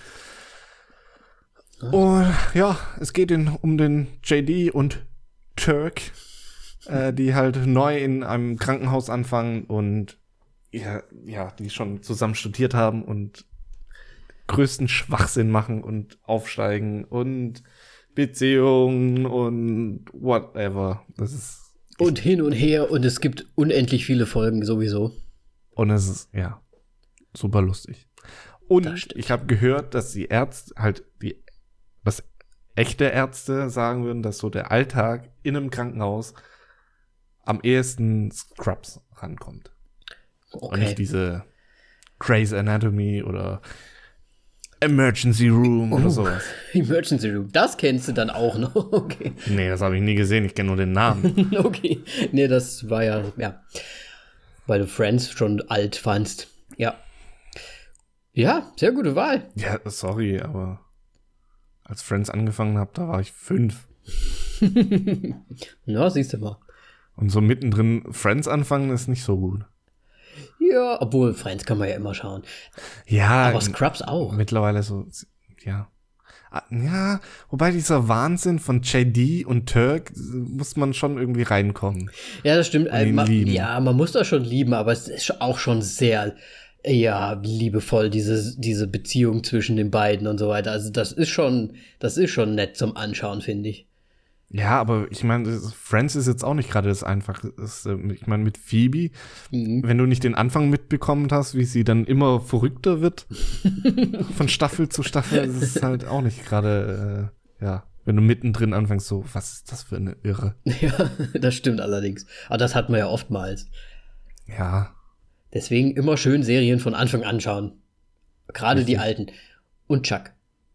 Und ja, es geht in, um den J D und Turk, äh, die halt neu in einem Krankenhaus anfangen und ja, ja, die schon zusammen studiert haben und größten Schwachsinn machen und aufsteigen und Beziehungen und whatever. Das ist Und hin und her und es gibt unendlich viele Folgen sowieso. und es ist ja super lustig. Und Das stimmt. ich habe gehört, dass die Ärzte halt die was echte Ärzte sagen würden, dass so der Alltag in einem Krankenhaus am ehesten Scrubs rankommt. Und Okay. nicht diese Grey's Anatomy oder Emergency Room oder Oh. sowas. Emergency Room. Das kennst du dann auch noch. Okay. Nee, das habe ich nie gesehen. Ich kenne nur den Namen. Okay. Nee, das war ja, ja. Weil du Friends schon alt fandst. Ja. Ja, sehr gute Wahl. Ja, sorry, aber als Friends angefangen habe, da war ich fünf. Na, siehst du mal. Und so mittendrin Friends anfangen ist nicht so gut. Ja, obwohl Friends kann man ja immer schauen. Ja, Aber Scrubs auch. mittlerweile so, ja. Ah, Ja, wobei dieser Wahnsinn von J D und Turk muss man schon irgendwie reinkommen. Ja, das stimmt. ihn man, lieben. ja, man muss das schon lieben, aber es ist auch schon sehr, ja, liebevoll, diese, diese Beziehung zwischen den beiden und so weiter. Also das ist schon, das ist schon nett zum Anschauen, finde ich. Ja, aber ich meine, das- Friends ist jetzt auch nicht gerade das Einfachste. Ich meine, mit Phoebe, Mhm. wenn du nicht den Anfang mitbekommen hast, wie sie dann immer verrückter wird, von Staffel zu Staffel, das ist halt auch nicht gerade, äh, ja, wenn du mittendrin anfängst, so, was ist das für eine Irre? Ja, das stimmt allerdings. Aber das hat man ja oftmals. Ja, Deswegen immer schön Serien von Anfang an schauen. Gerade die alten. Und Chuck.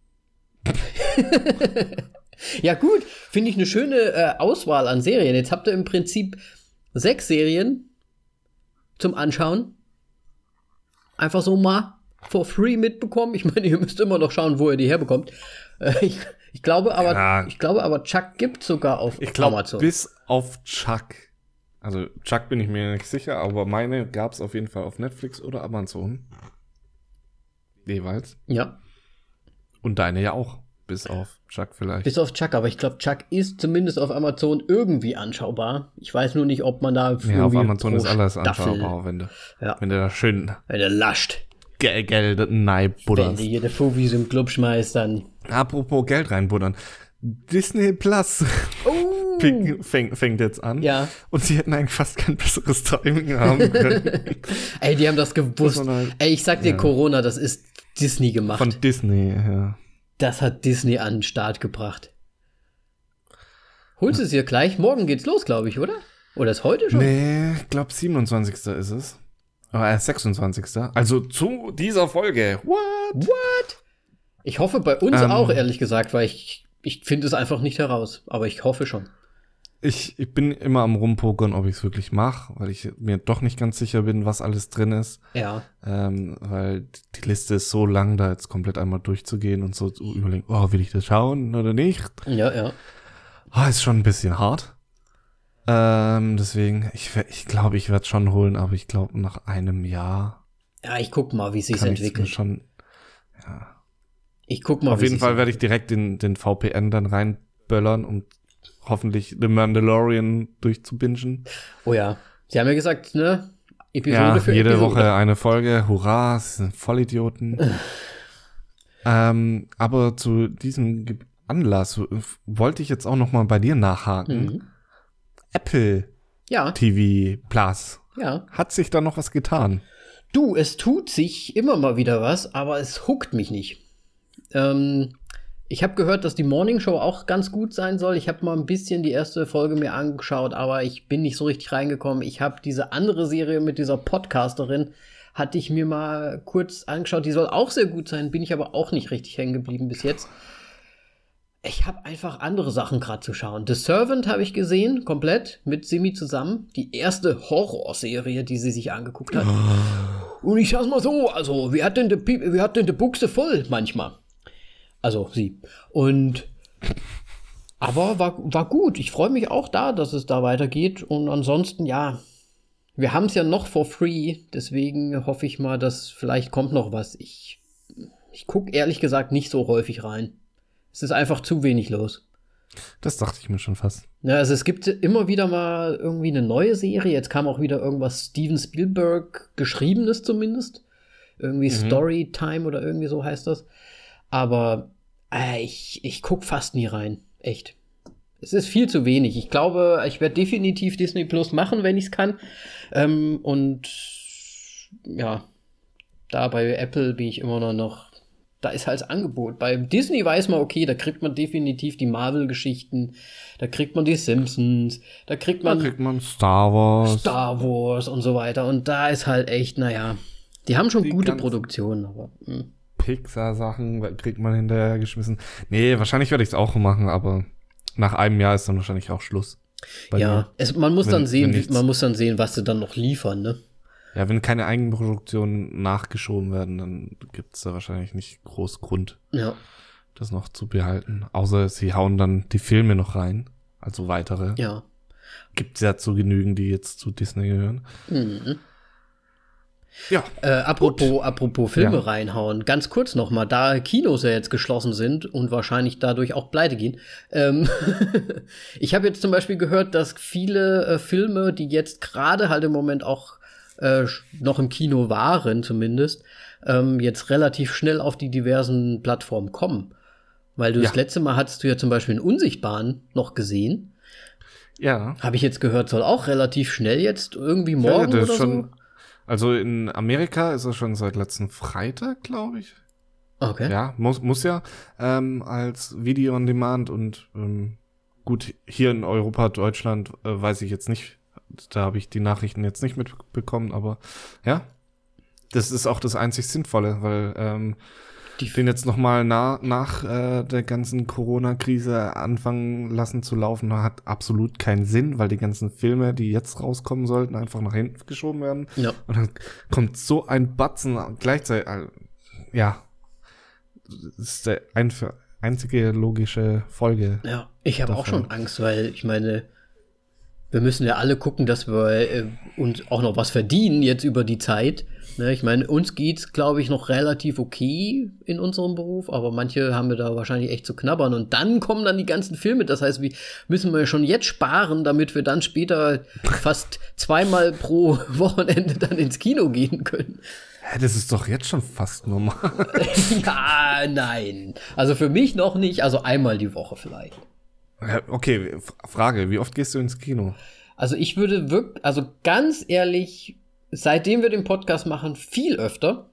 Ja gut, finde ich eine schöne äh, Auswahl an Serien. Jetzt habt ihr im Prinzip sechs Serien zum Anschauen. Einfach so mal for free mitbekommen. Ich meine, ihr müsst immer noch schauen, wo ihr die herbekommt. Äh, ich, ich glaube aber, Ja. ich glaube aber, Chuck gibt sogar auf ich glaube, Amazon. bis auf Chuck, also Chuck bin ich mir nicht sicher, aber meine gab es auf jeden Fall auf Netflix oder Amazon. Jeweils. Ja, Und deine ja auch, bis auf Chuck vielleicht. bis auf Chuck. Aber ich glaube, Chuck ist zumindest auf Amazon irgendwie anschaubar. Ich weiß nur nicht, ob man da Ja, auf irgendwie Amazon pro ist alles Staffel- anschaubar, wenn du, Ja. wenn du da schön Wenn der lascht. Ge- Geld nein Wenn budderst. die jede Fufis im Club schmeißt, dann. Apropos Geld reinbuddern. Disney Plus Oh! fängt, fängt, fängt jetzt an. Ja. Und sie hätten eigentlich fast kein besseres Timing haben können. Ey, die haben das gewusst. Muss man halt- Ey, ich sag dir, ja. Corona, das ist Disney gemacht. Von Disney, ja. Das hat Disney an den Start gebracht. Holst du es hier gleich? Morgen geht's los, glaube ich, oder? Oder ist heute schon? Nee, ich glaube siebenundzwanzigster ist es. Aber erst sechsundzwanzigster Also zu dieser Folge. What? What? Ich hoffe bei uns Ähm. auch, ehrlich gesagt, weil ich, ich finde es einfach nicht heraus. Aber ich hoffe schon. ich, ich bin immer am Rumpokern, ob ich es wirklich mache, weil ich mir doch nicht ganz sicher bin, was alles drin ist. Ja. Ähm, weil die Liste ist so lang, da jetzt komplett einmal durchzugehen und so zu überlegen, oh, will ich das schauen oder nicht? Ja, ja. Oh, ist schon ein bisschen hart. Ähm, deswegen, ich, ich glaube, ich werde es schon holen, aber ich glaube, nach einem Jahr. Ja, ich guck mal, wie es sich kann entwickelt. Mir schon, ja. Ich guck mal, Auf jeden Fall werde ich direkt den, den V P N dann reinböllern, um hoffentlich The Mandalorian durchzubingen. Oh ja. Sie haben ja gesagt, ne? Episode ja, für jede Episode. Woche eine Folge. Hurra, das sind Vollidioten. ähm, aber zu diesem Ge- Anlass äh, wollte ich jetzt auch noch mal bei dir nachhaken. Mhm. Apple Ja. T V Plus. Ja. Hat sich da noch was getan? Du, es tut sich immer mal wieder was, aber es huckt mich nicht. Ähm, ich habe gehört, dass die Morning Show auch ganz gut sein soll. Ich habe mal ein bisschen die erste Folge mir angeschaut, aber ich bin nicht so richtig reingekommen. Ich habe diese andere Serie mit dieser Podcasterin, hatte ich mir mal kurz angeschaut. Die soll auch sehr gut sein, bin ich aber auch nicht richtig hängen geblieben bis jetzt. Ich habe einfach andere Sachen gerade zu schauen. The Servant habe ich gesehen, komplett, mit Simi zusammen. Die erste Horrorserie, die sie sich angeguckt hat. Und ich sag's mal so, also, wir hatten die, wir hatten die Buchse voll manchmal. Also, sie. Und, aber war, war gut. Ich freue mich auch da, dass es da weitergeht. Und ansonsten, ja, wir haben es ja noch for free. Deswegen hoffe ich mal, dass vielleicht kommt noch was. Ich, ich gucke ehrlich gesagt nicht so häufig rein. Es ist einfach zu wenig los. Das dachte ich mir schon fast. Ja, also es gibt immer wieder mal irgendwie eine neue Serie. Jetzt kam auch wieder irgendwas Steven Spielberg geschriebenes zumindest. Irgendwie Mhm. Storytime oder irgendwie so heißt das. Aber äh, ich, ich gucke fast nie rein. Echt. Es ist viel zu wenig. Ich glaube, ich werde definitiv Disney Plus machen, wenn ich es kann. Ähm, und ja, da bei Apple bin ich immer noch, noch da ist halt das Angebot. Bei Disney weiß man, okay, da kriegt man definitiv die Marvel-Geschichten, da kriegt man die Simpsons, da kriegt man Da kriegt man Star Wars. Star Wars und so weiter. Und da ist halt echt, naja, die haben schon Die gute ganzen- Produktionen, aber mh. Pixar-Sachen kriegt man hinterher geschmissen. Nee, wahrscheinlich werde ich es auch machen, aber nach einem Jahr ist dann wahrscheinlich auch Schluss. bei ja, mir. es, man muss Wenn- dann sehen, wenn wie, nichts- man muss dann sehen, was sie dann noch liefern, ne? Ja, wenn keine Eigenproduktionen nachgeschoben werden, dann gibt es da wahrscheinlich nicht groß Grund, Ja, das noch zu behalten. Außer sie hauen dann die Filme noch rein, also weitere. ja. Gibt's ja zu genügen, die jetzt zu Disney gehören. Mhm. Ja, Äh, apropos, Gut. apropos Filme Ja. reinhauen, ganz kurz noch mal, da Kinos ja jetzt geschlossen sind und wahrscheinlich dadurch auch pleite gehen. Ähm, ich habe jetzt zum Beispiel gehört, dass viele äh, Filme, die jetzt gerade halt im Moment auch äh, noch im Kino waren, zumindest, ähm, jetzt relativ schnell auf die diversen Plattformen kommen. Weil du Ja. das letzte Mal hattest du ja zum Beispiel einen Unsichtbaren noch gesehen. ja. Habe ich jetzt gehört, soll auch relativ schnell jetzt irgendwie Ja, morgen das oder ist schon, so. also in Amerika ist er schon seit letzten Freitag, glaube ich. Okay. Ja, muss, muss ja, ähm, als Video on Demand und ähm, gut, hier in Europa, Deutschland, äh, weiß ich jetzt nicht, da habe ich die Nachrichten jetzt nicht mitbekommen, aber ja, das ist auch das einzig Sinnvolle, weil ähm, Die- den jetzt nochmal na, nach äh, der ganzen Corona-Krise anfangen lassen zu laufen, hat absolut keinen Sinn, weil die ganzen Filme, die jetzt rauskommen sollten, einfach nach hinten geschoben werden. Ja. Und dann kommt so ein Batzen gleichzeitig. äh, Ja. Das ist der einf- einzige logische Folge. Ja, ich habe auch davon. schon Angst, weil ich meine, wir müssen ja alle gucken, dass wir äh, uns auch noch was verdienen jetzt über die Zeit. Ne, ich meine, uns geht's, glaube ich, noch relativ okay in unserem Beruf, aber manche haben wir da wahrscheinlich echt zu knabbern. Und dann kommen dann die ganzen Filme. Das heißt, wir müssen wir schon jetzt sparen, damit wir dann später fast zweimal pro Wochenende dann ins Kino gehen können. Hä, das ist doch jetzt schon fast normal. Ja, nein. Also für mich noch nicht, also einmal die Woche vielleicht. Ja, okay, F- Frage, wie oft gehst du ins Kino? Also ich würde wirklich, also ganz ehrlich, seitdem wir den Podcast machen, viel öfter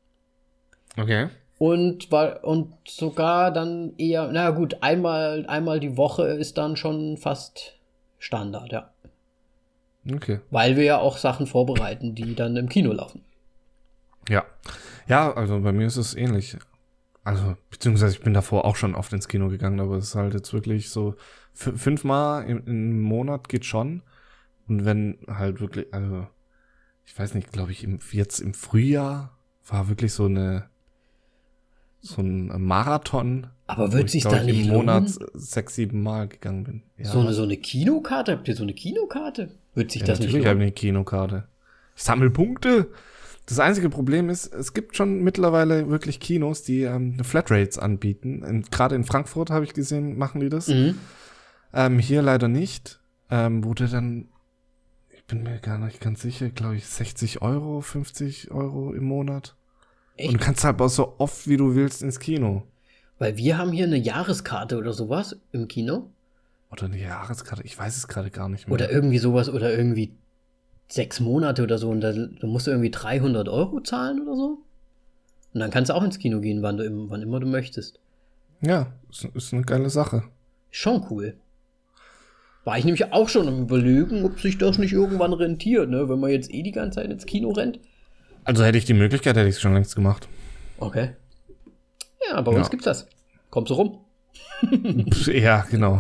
Okay. und war und sogar dann eher, na gut, einmal einmal die Woche ist dann schon fast Standard, ja, Okay. weil wir ja auch Sachen vorbereiten, die dann im Kino laufen. Ja. Ja, also bei mir ist es ähnlich. also, beziehungsweise ich bin davor auch schon oft ins Kino gegangen, aber es ist halt jetzt wirklich so, f- fünfmal im, im Monat geht schon. Und wenn halt wirklich, also, ich weiß nicht, glaube ich, im, jetzt im Frühjahr war wirklich so eine, so ein Marathon. Aber wo wird ich, sich glaub da ich, nicht im Monat lohnen? sechs, sieben Mal gegangen bin. Ja, So eine, so eine Kinokarte? Habt ihr so eine Kinokarte? Wird sich ja, das nicht natürlich habe ich lohnen? eine Kinokarte. Ich sammle Punkte. Das einzige Problem ist, es gibt schon mittlerweile wirklich Kinos, die ähm, Flatrates anbieten. In, gerade in Frankfurt habe ich gesehen, machen die das. Mhm. Ähm, hier leider nicht. Ähm, wo du dann, ich bin mir gar nicht ganz sicher, glaube ich, sechzig Euro, fünfzig Euro im Monat. Echt? Und du kannst halt auch so oft, wie du willst, ins Kino. Weil wir haben hier eine Jahreskarte oder sowas im Kino. Oder eine Jahreskarte, ich weiß es gerade gar nicht mehr. Oder irgendwie sowas oder irgendwie sechs Monate oder so. Und da, da musst du irgendwie dreihundert Euro zahlen oder so. Und dann kannst du auch ins Kino gehen, wann, du, im- wann immer du möchtest. Ja, ist, ist eine geile Sache. Schon cool. War ich nämlich auch schon am Überlegen, ob sich das nicht irgendwann rentiert, ne? Wenn man jetzt eh die ganze Zeit ins Kino rennt. Also hätte ich die Möglichkeit, hätte ich es schon längst gemacht. Okay. Ja, bei uns Ja. gibt's das. Kommst du rum? Pff, ja, genau.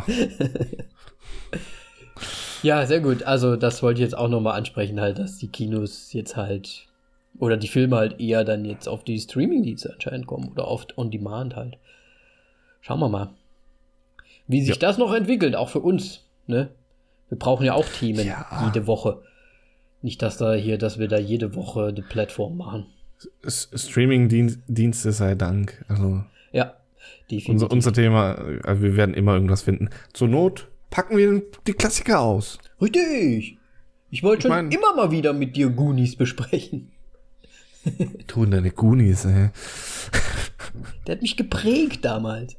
Ja, sehr gut. Also das wollte ich jetzt auch nochmal ansprechen, halt, dass die Kinos jetzt halt, oder die Filme halt eher dann jetzt auf die Streaming-Dienste anscheinend kommen oder oft on Demand halt. Schauen wir mal, wie sich Ja. das noch entwickelt, auch für uns, ne? Wir brauchen ja auch Themen Ja. jede Woche. Nicht, dass da hier, dass wir da jede Woche eine Plattform machen. S- Streaming-Dienste sei Dank. Also Ja, definitiv. unser, unser Thema, also wir werden immer irgendwas finden. Zur Not packen wir die Klassiker aus. Richtig. Ich wollte schon mein- immer mal wieder mit dir Goonies besprechen. Tun deine Goonies, ey. Der hat mich geprägt damals.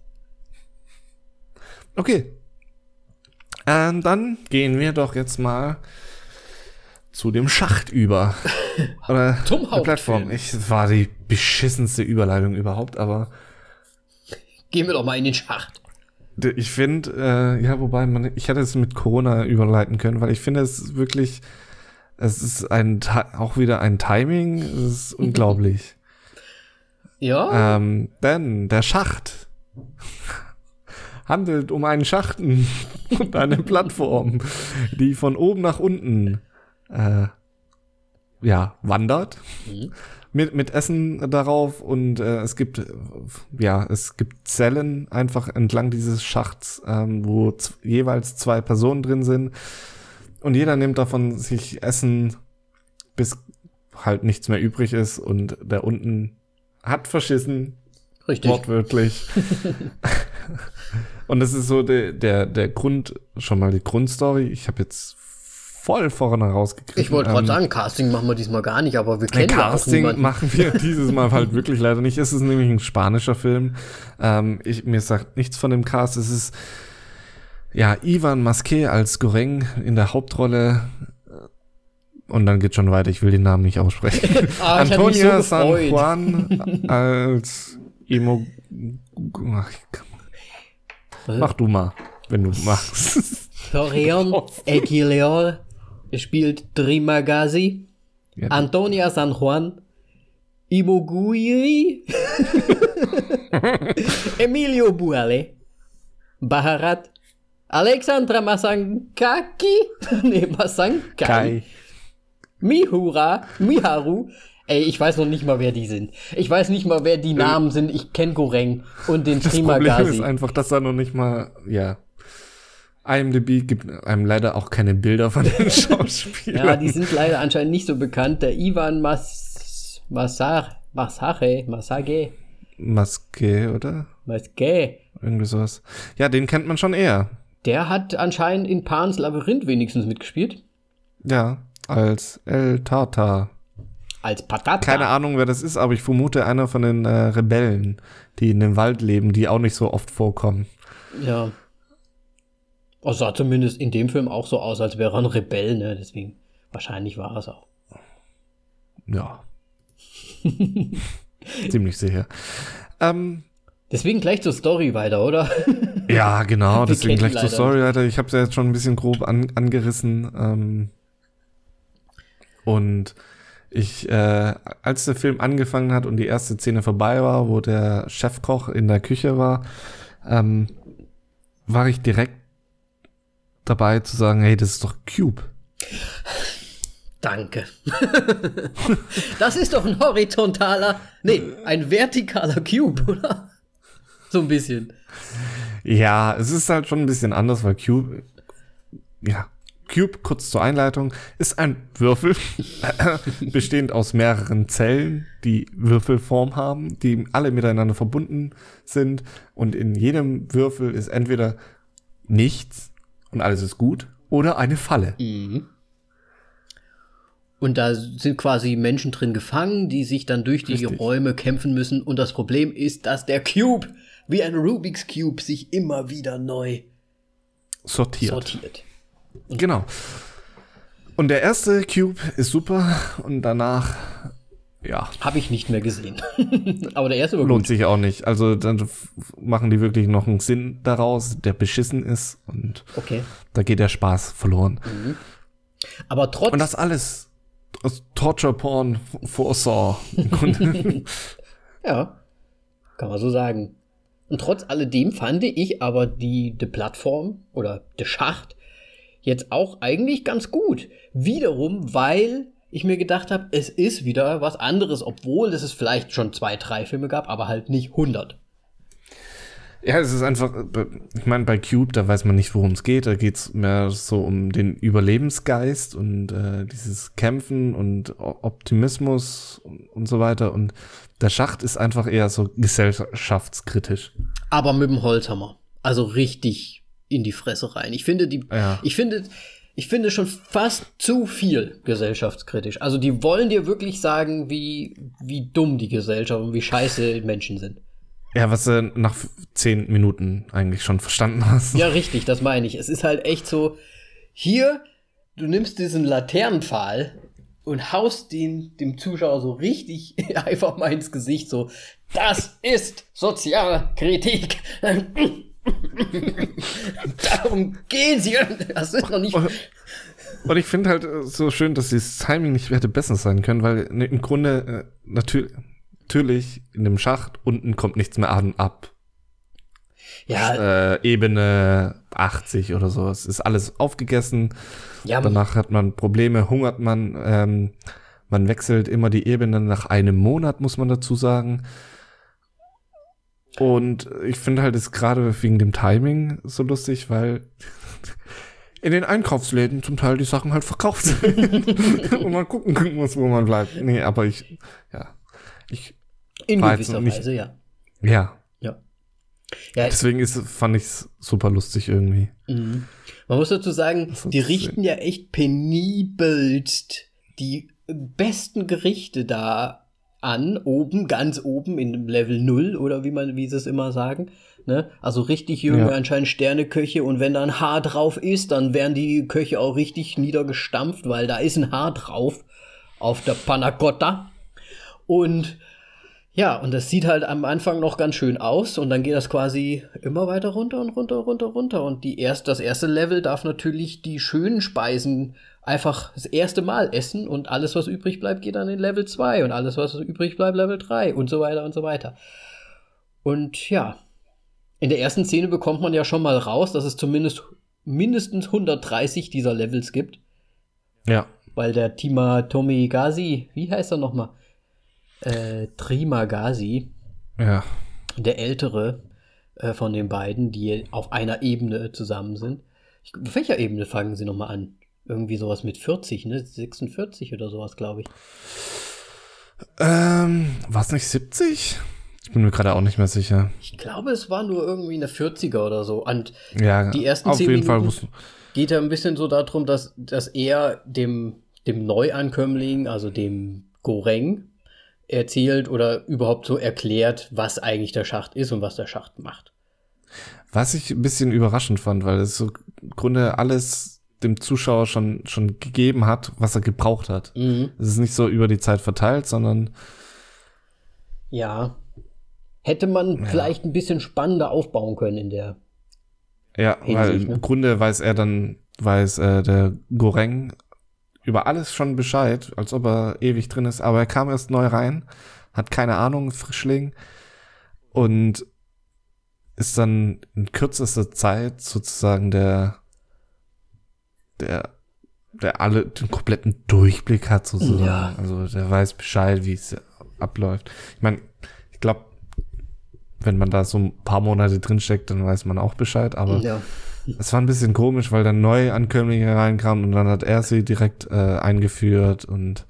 Okay. Ähm, dann gehen wir doch jetzt mal zu dem Schacht über. Oder Zum der Plattform. Hauptfilm. Ich, das war die beschissenste Überleitung überhaupt, aber Gehen wir doch mal in den Schacht. d- ich finde, äh, ja, wobei man, ich hätte es mit Corona überleiten können, weil ich finde, es ist wirklich, es ist ein, Ti- auch wieder ein Timing, es ist unglaublich. Ja, Ähm, denn der Schacht handelt um einen Schachten und eine Plattform, die von oben nach unten äh, ja, wandert. Mhm. Mit, mit Essen darauf und äh, es gibt äh, ja, es gibt Zellen einfach entlang dieses Schachts, ähm, wo z- jeweils zwei Personen drin sind und jeder nimmt davon sich Essen, bis halt nichts mehr übrig ist und der unten hat verschissen, richtig. wortwörtlich. Und das ist so der, der, der Grund, schon mal die Grundstory. Ich habe jetzt voll vorne rausgegriffen. Ich wollte gerade Ähm, sagen, Casting machen wir diesmal gar nicht, aber wir ein kennen ja auch Casting niemanden. machen wir dieses Mal halt wirklich leider nicht. Es ist nämlich ein spanischer Film. Ähm, ich, mir sagt nichts von dem Cast. Es ist ja Ivan Masqué als Goreng in der Hauptrolle. Und dann geht schon weiter. Ich will den Namen nicht aussprechen. Ah, ich hatte mich so Antonia San gefreut. Juan als Imo. Ach, mach du mal, wenn du machst. Florian Aguilar spielt Trimagasi, Ja. Antonia San Juan, Imogui, Emilio Buale, Baharat, Alexandra Masankaki, nee, Masankai, Kai. Mihura, Miharu. Ey, ich weiß noch nicht mal, wer die sind. Ich weiß nicht mal, wer die Namen sind. Ich kenne Goreng und den Das Problem ist Trimagasi. einfach, dass da noch nicht mal, ja, IMDb gibt einem leider auch keine Bilder von den Schauspielern. Ja, die sind leider anscheinend nicht so bekannt. Der Ivan Mas Masar Masare Masage Maske, oder? Maske. Irgendwie sowas. Ja, den kennt man schon eher. Der hat anscheinend in Pans Labyrinth wenigstens mitgespielt. Ja, als El Tata. Als Patata. Keine Ahnung, wer das ist, aber ich vermute einer von den äh, Rebellen, die in dem Wald leben, die auch nicht so oft vorkommen. Ja. Also sah zumindest in dem Film auch so aus, als wäre er ein Rebell, ne? Deswegen, wahrscheinlich war er es auch. Ja. Ziemlich sicher. Ähm, Deswegen gleich zur Story weiter, oder? ja, genau, Wir deswegen kennen gleich die zur leider Story weiter. Ich habe es ja jetzt schon ein bisschen grob an, angerissen. Ähm, und Ich, äh, als der Film angefangen hat und die erste Szene vorbei war, wo der Chefkoch in der Küche war, ähm, war ich direkt dabei zu sagen, hey, das ist doch Cube. Danke. Das ist doch ein horizontaler, nee, ein vertikaler Cube, oder? So ein bisschen. Ja, es ist halt schon ein bisschen anders, weil Cube, ja, Cube, kurz zur Einleitung, ist ein Würfel, bestehend aus mehreren Zellen, die Würfelform haben, die alle miteinander verbunden sind. Und in jedem Würfel ist entweder nichts und alles ist gut oder eine Falle. Mhm. Und da sind quasi Menschen drin gefangen, die sich dann durch die Richtig. Räume kämpfen müssen. Und das Problem ist, dass der Cube, wie ein Rubik's Cube, sich immer wieder neu sortiert. sortiert. Und genau. Und der erste Cube ist super und danach, ja. Habe ich nicht mehr gesehen. Aber der erste war gut. Lohnt sich auch nicht. Also dann f- machen die wirklich noch einen Sinn daraus, der beschissen ist und okay. Da geht der Spaß verloren. Mhm. Aber trotz... Und das alles aus Torture-Porn vor Saw. Ja, kann man so sagen. Und trotz alledem fand ich aber die, die Plattform oder der Schacht jetzt auch eigentlich ganz gut. Wiederum, weil ich mir gedacht habe, es ist wieder was anderes, obwohl es vielleicht schon zwei, drei Filme gab, aber halt nicht hundert. Ja, es ist einfach, ich meine, bei Cube, da weiß man nicht, worum es geht. Da geht es mehr so um den Überlebensgeist und äh, dieses Kämpfen und Optimismus und, und so weiter. Und der Schacht ist einfach eher so gesellschaftskritisch. Aber mit dem Holzhammer. Also richtig in die Fresse rein. Ich finde die, ja. ich finde, ich finde schon fast zu viel gesellschaftskritisch. Also die wollen dir wirklich sagen, wie, wie dumm die Gesellschaft und wie scheiße Menschen sind. Ja, was du nach zehn Minuten eigentlich schon verstanden hast. Ja, richtig, das meine ich. Es ist halt echt so, hier, du nimmst diesen Laternenpfahl und haust den dem Zuschauer so richtig einfach mal ins Gesicht, so, das ist Sozialkritik. Darum gehen sie. Das ist noch nicht. Und, und ich finde halt so schön, dass das Timing nicht hätte besser sein können, weil im Grunde äh, natürlich, natürlich in dem Schacht unten kommt nichts mehr an ab. Ja. Äh, Ebene achtzig oder so. Es ist alles aufgegessen. Ja, Danach hat man Probleme, hungert man. Ähm, man wechselt immer die Ebene nach einem Monat, muss man dazu sagen. Und ich finde halt es gerade wegen dem Timing so lustig, weil in den Einkaufsläden zum Teil die Sachen halt verkauft sind. Und man gucken muss, wo man bleibt. Nee, aber ich, ja. Ich in gewisser nicht, Weise, ja. Ja. Ja. ja Deswegen ist, fand ich es super lustig irgendwie. Mhm. Man muss dazu sagen, die richten ja echt penibelst die besten Gerichte da an, oben, ganz oben in Level null oder wie man, wie sie es immer sagen. Ne? Also richtig junge, ja. anscheinend Sterneköche, und wenn da ein Haar drauf ist, dann werden die Köche auch richtig niedergestampft, weil da ist ein Haar drauf auf der Panna Cotta. Und ja, und das sieht halt am Anfang noch ganz schön aus und dann geht das quasi immer weiter runter und runter, runter, runter. Und die erst, das erste Level darf natürlich die schönen Speisen einfach das erste Mal essen und alles, was übrig bleibt, geht dann in Level zwei und alles, was übrig bleibt, Level drei und so weiter und so weiter. Und ja, in der ersten Szene bekommt man ja schon mal raus, dass es zumindest mindestens hundertdreißig dieser Levels gibt. Ja. Weil der Tima Tomigazi, wie heißt er nochmal? Äh, Trimagazi, ja. der Ältere äh, von den beiden, die auf einer Ebene zusammen sind. Ich, auf welcher Ebene fangen sie nochmal an? Irgendwie sowas mit vierzig, ne? sechsundvierzig oder sowas, glaube ich. Ähm, war es nicht siebzig? Ich bin mir gerade auch nicht mehr sicher. Ich glaube, es war nur irgendwie eine vierziger oder so. Und ja, die ersten auf zehn jeden Minuten Fall geht ja ein bisschen so darum, dass, dass er dem, dem Neuankömmling, also dem Goreng, erzählt oder überhaupt so erklärt, was eigentlich der Schacht ist und was der Schacht macht. Was ich ein bisschen überraschend fand, weil es so im Grunde alles dem Zuschauer schon, schon gegeben hat, was er gebraucht hat. Mhm. Es ist nicht so über die Zeit verteilt, sondern ja, hätte man ja. vielleicht ein bisschen spannender aufbauen können in der Ja, Hinsicht, weil im ne? Grunde weiß er dann, weiß äh, der Goreng über alles schon Bescheid, als ob er ewig drin ist, aber er kam erst neu rein, hat keine Ahnung, Frischling, und ist dann in kürzester Zeit sozusagen der, der, der alle den kompletten Durchblick hat sozusagen. Ja. Also der weiß Bescheid, wie es abläuft. Ich meine, ich glaube, wenn man da so ein paar Monate drinsteckt, dann weiß man auch Bescheid, aber Ja. es war ein bisschen komisch, weil dann neue Ankömmlinge reinkamen und dann hat er sie direkt äh, eingeführt und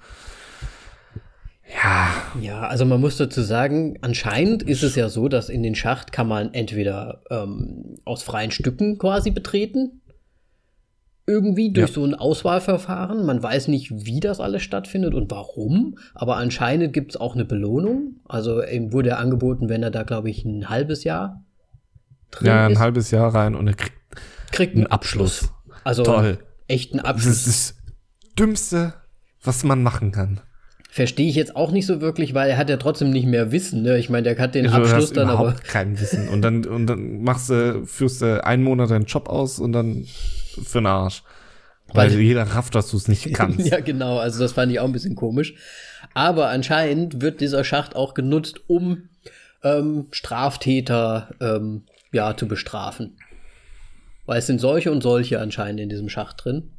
ja. Ja, also man muss dazu sagen, anscheinend ist es ja so, dass in den Schacht kann man entweder ähm, aus freien Stücken quasi betreten, irgendwie durch Ja. so ein Auswahlverfahren. Man weiß nicht, wie das alles stattfindet und warum, aber anscheinend gibt es auch eine Belohnung. Also ihm wurde er angeboten, wenn er da, glaube ich, ein halbes Jahr drin Ja, ein ist, halbes Jahr rein und er kriegt kriegt einen Abschluss. Also Toll. echten Das Abschluss. ist das Dümmste, was man machen kann. Verstehe ich jetzt auch nicht so wirklich, weil er hat ja trotzdem nicht mehr Wissen. Ne? Ich meine, der hat den Also, du Abschluss hast dann überhaupt aber. kein Wissen. Und dann, und dann machst du, führst du einen Monat deinen Job aus und dann für den Arsch. Weil, Weil- jeder rafft, dass du es nicht kannst. Ja, genau. Also das fand ich auch ein bisschen komisch. Aber anscheinend wird dieser Schacht auch genutzt, um ähm, Straftäter ähm, ja, zu bestrafen. Weil es sind solche und solche anscheinend in diesem Schacht drin.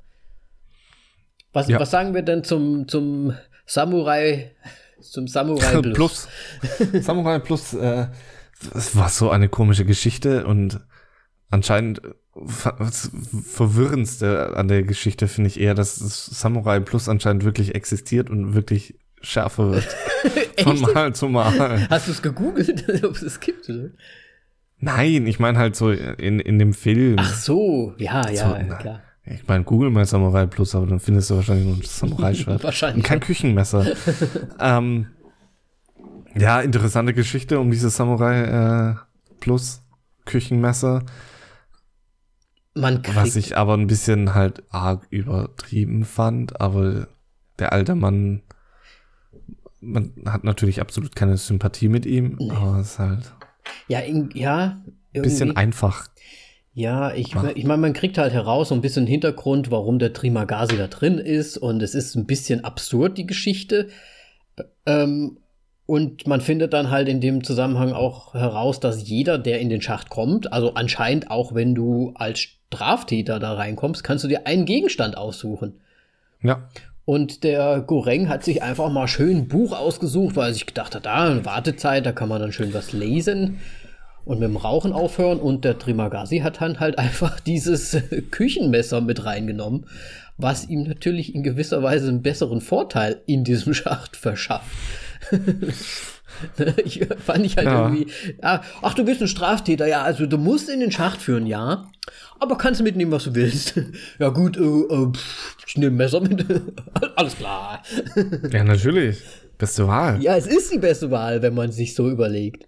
Was, Ja. was sagen wir denn zum, zum Samurai, zum Samurai Plus? Plus. Samurai Plus, äh, es war so eine komische Geschichte und anscheinend ver- das Verwirrendste an der Geschichte finde ich eher, dass das Samurai Plus anscheinend wirklich existiert und wirklich schärfer wird. Von Echt? Mal zu Mal. Hast du es gegoogelt, ob es es gibt? Oder? Nein, ich meine halt so in, in dem Film. Ach so, ja, ja, So, na. klar. Ich meine, google mal Samurai Plus, aber dann findest du wahrscheinlich nur ein Samurai-Schwert. Wahrscheinlich. Und kein Küchenmesser. ähm, ja, interessante Geschichte um dieses Samurai äh, Plus Küchenmesser. Man kriegt, Was ich aber ein bisschen halt arg übertrieben fand. Aber der alte Mann, man hat natürlich absolut keine Sympathie mit ihm. Nee. Aber es ist halt ja, in, ja, ein bisschen irgendwie. einfach. Ja, ich, Mach. ich meine, man kriegt halt heraus so ein bisschen Hintergrund, warum der Trimagasi da drin ist, und es ist ein bisschen absurd, die Geschichte. Ähm, und man findet dann halt in dem Zusammenhang auch heraus, dass jeder, der in den Schacht kommt, also anscheinend auch wenn du als Straftäter da reinkommst, kannst du dir einen Gegenstand aussuchen. Ja. Und der Goreng hat sich einfach mal schön ein Buch ausgesucht, weil er sich gedacht hat, da eine Wartezeit, da kann man dann schön was lesen und mit dem Rauchen aufhören. Und der Trimagasi hat dann halt einfach dieses äh, Küchenmesser mit reingenommen, was ihm natürlich in gewisser Weise einen besseren Vorteil in diesem Schacht verschafft. ich, fand ich halt Ja. irgendwie, ja, ach, du bist ein Straftäter, ja, also du musst in den Schacht führen, ja, aber kannst mitnehmen, was du willst. Ja gut, äh, äh, pff, ich nehme ein Messer mit, alles klar. Ja, natürlich. Beste Wahl. Ja, es ist die beste Wahl, wenn man sich so überlegt.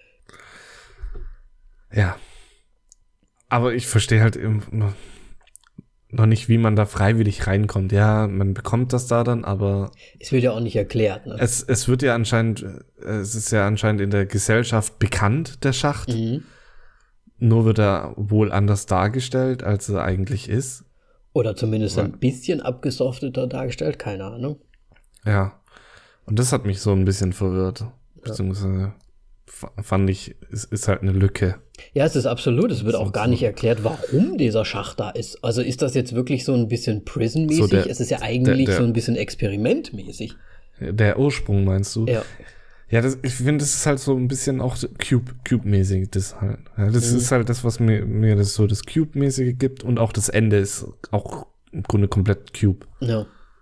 Ja. Aber ich verstehe halt im- noch nicht, wie man da freiwillig reinkommt. Ja, man bekommt das da dann, aber Es wird ja auch nicht erklärt, ne? es, es wird ja anscheinend, äh, es ist ja anscheinend in der Gesellschaft bekannt, der Schacht. Mhm. Nur wird er wohl anders dargestellt, als er eigentlich ist. Oder zumindest ein bisschen abgesofteter dargestellt, keine Ahnung. Ja. Und das hat mich so ein bisschen verwirrt. Beziehungsweise f- fand ich, es ist halt eine Lücke. Ja, es ist absolut. Es wird auch So- gar so. nicht erklärt, warum dieser Schacht da ist. Also ist das jetzt wirklich so ein bisschen Prison-mäßig? So der- es ist ja eigentlich der- der- so ein bisschen experimentmäßig. Der Ursprung, meinst du? Ja. Ja, das, ich finde, das ist halt so ein bisschen auch so Cube, Cube-mäßig, das halt. Ja, das Mhm. ist halt das, was mir, mir das so das Cube-mäßige gibt, und auch das Ende ist auch im Grunde komplett Cube. Ja.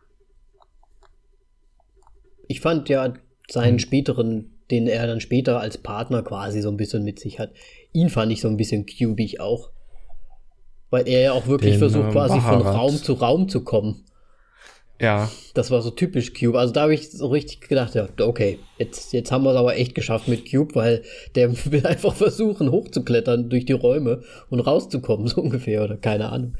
Ich fand ja seinen späteren, den er dann später als Partner quasi so ein bisschen mit sich hat, ihn fand ich so ein bisschen cubig auch. Weil er ja auch wirklich Den, versucht, ähm, quasi von Baharat. Raum zu Raum zu kommen. Ja, Das war so typisch Cube. Also da habe ich so richtig gedacht, ja, okay, jetzt, jetzt haben wir es aber echt geschafft mit Cube, weil der will einfach versuchen, hochzuklettern durch die Räume und rauszukommen, so ungefähr, oder keine Ahnung.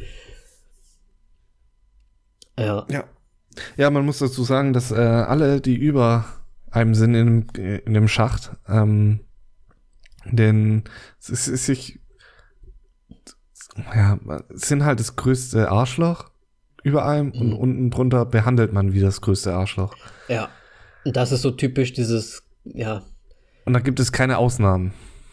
Ja. ja. Ja, man muss dazu sagen, dass äh, alle, die über einem sind in, dem- in dem Schacht, ähm, denn es ist, ist sich, ja, sind halt das größte Arschloch über allem mhm. und unten drunter behandelt man wie das größte Arschloch. Ja, und das ist so typisch dieses, ja. Und da gibt es keine Ausnahmen.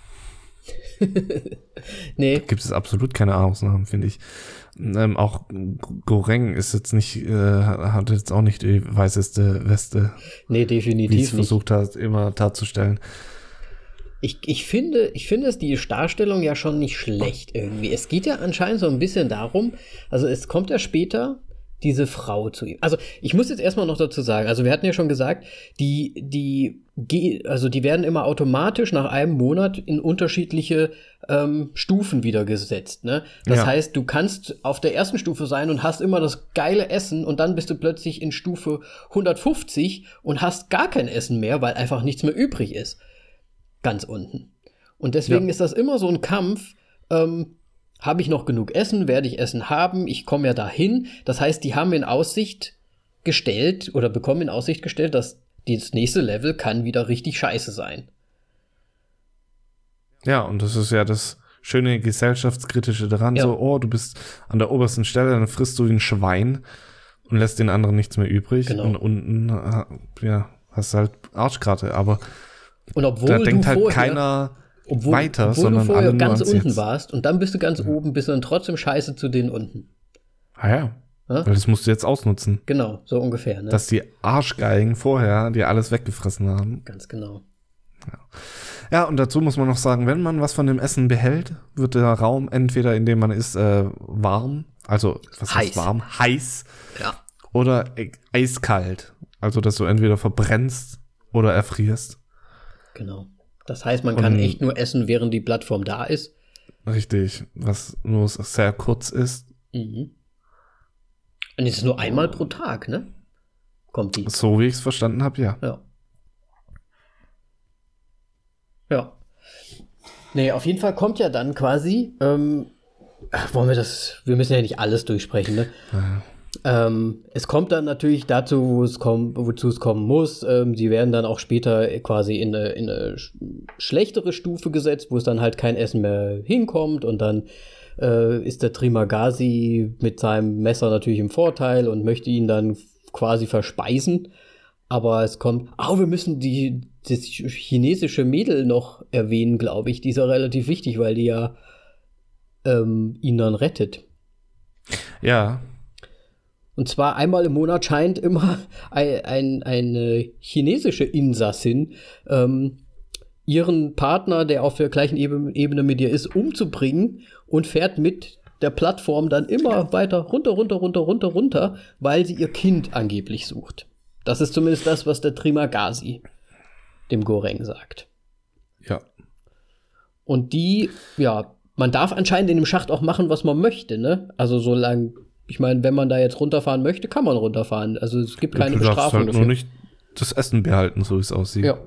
Nee. Da gibt es absolut keine Ausnahmen, finde ich. Ähm, auch Goreng ist jetzt nicht, äh, hat jetzt auch nicht die weißeste Weste. Nee, definitiv wie es versucht hat, immer darzustellen. Ich, ich finde, ich finde es die Darstellung ja schon nicht schlecht irgendwie. Es geht ja anscheinend so ein bisschen darum, also es kommt ja später diese Frau zu ihm. Also ich muss jetzt erstmal noch dazu sagen, also wir hatten ja schon gesagt, die, die, also die werden immer automatisch nach einem Monat in unterschiedliche ähm, Stufen wieder gesetzt. Ne? Das ja. heißt, du kannst auf der ersten Stufe sein und hast immer das geile Essen und dann bist du plötzlich in Stufe hundertfünfzig und hast gar kein Essen mehr, weil einfach nichts mehr übrig ist. Ganz unten. Und deswegen ja. ist das immer so ein Kampf, ähm, habe ich noch genug Essen, werde ich Essen haben, ich komme ja dahin. Das heißt, die haben in Aussicht gestellt oder bekommen in Aussicht gestellt, dass das nächste Level kann wieder richtig scheiße sein. Ja, und das ist ja das schöne gesellschaftskritische daran, ja. so, oh, du bist an der obersten Stelle, dann frisst du wie ein Schwein und lässt den anderen nichts mehr übrig. Genau. Und unten, ja, hast du halt Arschkarte, aber und obwohl da denkt du halt vorher, keiner obwohl, weiter, obwohl sondern du vorher alle ganz nur unten jetzt. warst und dann bist du ganz ja. oben, bist du dann trotzdem scheiße zu denen unten. Ah ja, ja? Weil das musst du jetzt ausnutzen. Genau, so ungefähr. Ne? Dass die Arschgeigen vorher dir alles weggefressen haben. Ganz genau. Ja. ja, und dazu muss man noch sagen, wenn man was von dem Essen behält, wird der Raum entweder, in dem man ist, äh, warm, also was heiß. heißt warm? Heiß. Ja. Oder äh, eiskalt. Also, dass du entweder verbrennst oder erfrierst. Genau. Das heißt, man kann und, echt nur essen, während die Plattform da ist. Richtig, was nur sehr kurz ist. Mhm. Und es ist nur einmal pro Tag, ne? Kommt die. So wie ich es verstanden habe, ja. Ja. Ja. Nee, auf jeden Fall kommt ja dann quasi, ähm, wollen wir das, wir müssen ja nicht alles durchsprechen, ne? Ja. Ähm, es kommt dann natürlich dazu, wo es kommt, wozu es kommen muss. Ähm, sie werden dann auch später quasi in eine, in eine sch- schlechtere Stufe gesetzt, wo es dann halt kein Essen mehr hinkommt und dann äh, ist der Trimagasi mit seinem Messer natürlich im Vorteil und möchte ihn dann quasi verspeisen. Aber es kommt, oh, wir müssen die, das chinesische Mädel noch erwähnen, glaube ich. Die ist ja relativ wichtig, weil die ja ähm, ihn dann rettet. Ja. Und zwar einmal im Monat scheint immer ein, ein, eine chinesische Insassin ähm, ihren Partner, der auf der gleichen Ebene mit ihr ist, umzubringen und fährt mit der Plattform dann immer weiter runter, runter, runter, runter, runter, weil sie ihr Kind angeblich sucht. Das ist zumindest das, was der Trimagasi dem Goreng sagt. Ja. Und die, ja, man darf anscheinend in dem Schacht auch machen, was man möchte, ne? Also solange, ich meine, wenn man da jetzt runterfahren möchte, kann man runterfahren. Also es gibt keine du Bestrafung halt dafür. Nur nicht das Essen behalten, so wie es aussieht. Ja.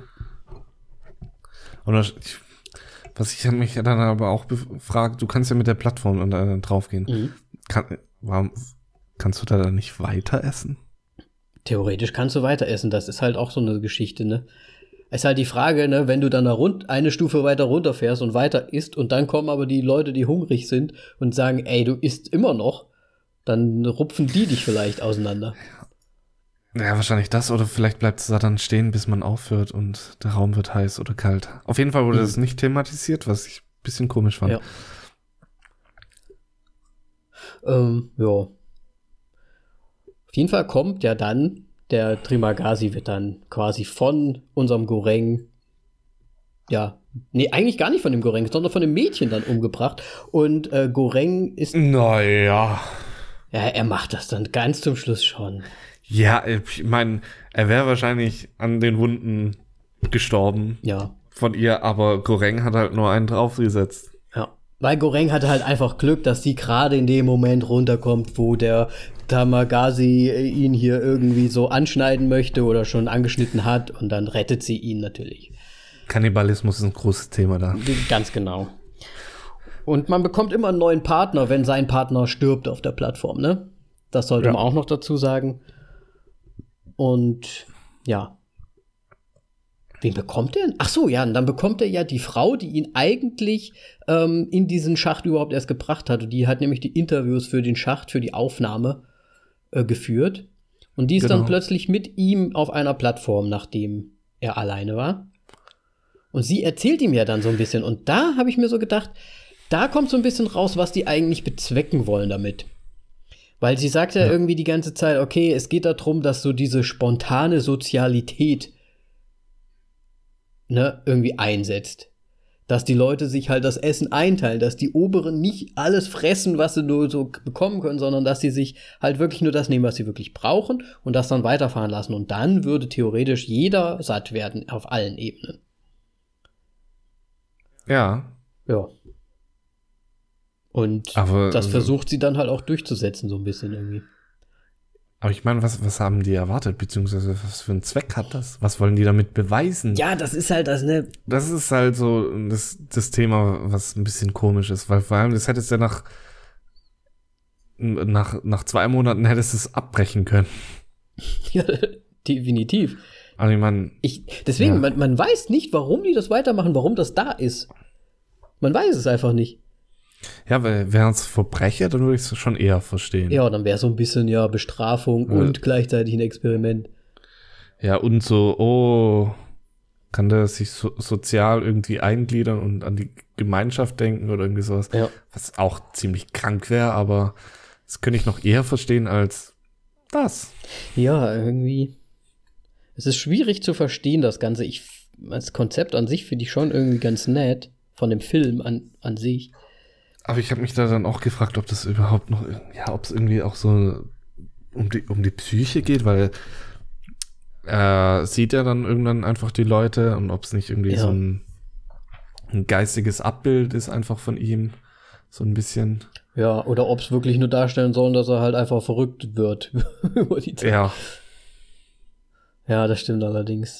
Und das, ich, was ich mich dann aber auch befragt, du kannst ja mit der Plattform dann draufgehen. Mhm. Kann, warum kannst du da dann nicht weiter essen? Theoretisch kannst du weiter essen, das ist halt auch so eine Geschichte, ne? Es ist halt die Frage, ne, wenn du dann da rund, eine Stufe weiter runterfährst und weiter isst und dann kommen aber die Leute, die hungrig sind und sagen, ey, du isst immer noch, dann rupfen die dich vielleicht auseinander. Ja, wahrscheinlich das oder vielleicht bleibt es da dann stehen, bis man aufhört und der Raum wird heiß oder kalt. Auf jeden Fall wurde mhm. das nicht thematisiert, was ich ein bisschen komisch fand. Ja. Ähm, ja. Auf jeden Fall kommt ja dann, der Trimagasi wird dann quasi von unserem Goreng, ja, nee, eigentlich gar nicht von dem Goreng, sondern von dem Mädchen dann umgebracht. Und äh, Goreng ist... Naja. Ja, er macht das dann ganz zum Schluss schon. Ja, ich meine, er wäre wahrscheinlich an den Wunden gestorben. Ja. Von ihr, aber Goreng hat halt nur einen draufgesetzt. Ja. Weil Goreng hatte halt einfach Glück, dass sie gerade in dem Moment runterkommt, wo der Trimagasi ihn hier irgendwie so anschneiden möchte oder schon angeschnitten hat und dann rettet sie ihn natürlich. Kannibalismus ist ein großes Thema da. Ganz genau. Und man bekommt immer einen neuen Partner, wenn sein Partner stirbt auf der Plattform, ne? Das sollte ja. man auch noch dazu sagen. Und ja. Wen bekommt er? Ach so, ja, und dann bekommt er ja die Frau, die ihn eigentlich ähm, in diesen Schacht überhaupt erst gebracht hat. Und die hat nämlich die Interviews für den Schacht, für die Aufnahme äh, geführt. Und die ist Genau. dann plötzlich mit ihm auf einer Plattform, nachdem er alleine war. Und sie erzählt ihm ja dann so ein bisschen. Und da habe ich mir so gedacht, da kommt so ein bisschen raus, was die eigentlich bezwecken wollen damit. Weil sie sagt ja, ja irgendwie die ganze Zeit, okay, es geht darum, dass so diese spontane Sozialität ne, irgendwie einsetzt. Dass die Leute sich halt das Essen einteilen, dass die Oberen nicht alles fressen, was sie nur so bekommen können, sondern dass sie sich halt wirklich nur das nehmen, was sie wirklich brauchen und das dann weiterfahren lassen. Und dann würde theoretisch jeder satt werden auf allen Ebenen. Ja. Ja. Und aber, das versucht sie dann halt auch durchzusetzen, so ein bisschen irgendwie. Aber ich meine, was, was haben die erwartet, beziehungsweise was für einen Zweck hat das? Was wollen die damit beweisen? Ja, das ist halt das, ne? Das ist halt so das, das Thema, was ein bisschen komisch ist, weil vor allem, das hättest du ja nach, nach, nach zwei Monaten hättest du es abbrechen können. Ja, definitiv. Also ich meine. Ich, deswegen, ja. man, man weiß nicht, warum die das weitermachen, warum das da ist. Man weiß es einfach nicht. Ja, weil wären es Verbrecher, dann würde ich es schon eher verstehen. Ja, dann wäre so ein bisschen ja Bestrafung ja. und gleichzeitig ein Experiment. Ja, und so, oh, kann der sich so, sozial irgendwie eingliedern und an die Gemeinschaft denken oder irgendwie sowas. Ja. Was auch ziemlich krank wäre, aber das könnte ich noch eher verstehen als das. Ja, irgendwie. Es ist schwierig zu verstehen, das Ganze. Ich, das Konzept an sich finde ich schon irgendwie ganz nett, von dem Film an, an sich. Aber ich habe mich da dann auch gefragt, ob das überhaupt noch, ja, ob es irgendwie auch so um die, um die Psyche geht, weil er sieht ja dann irgendwann einfach die Leute und ob es nicht irgendwie ja. so ein, ein geistiges Abbild ist einfach von ihm, so ein bisschen. Ja, oder ob es wirklich nur darstellen soll, dass er halt einfach verrückt wird über die Zeit. Ja. Ja, das stimmt allerdings.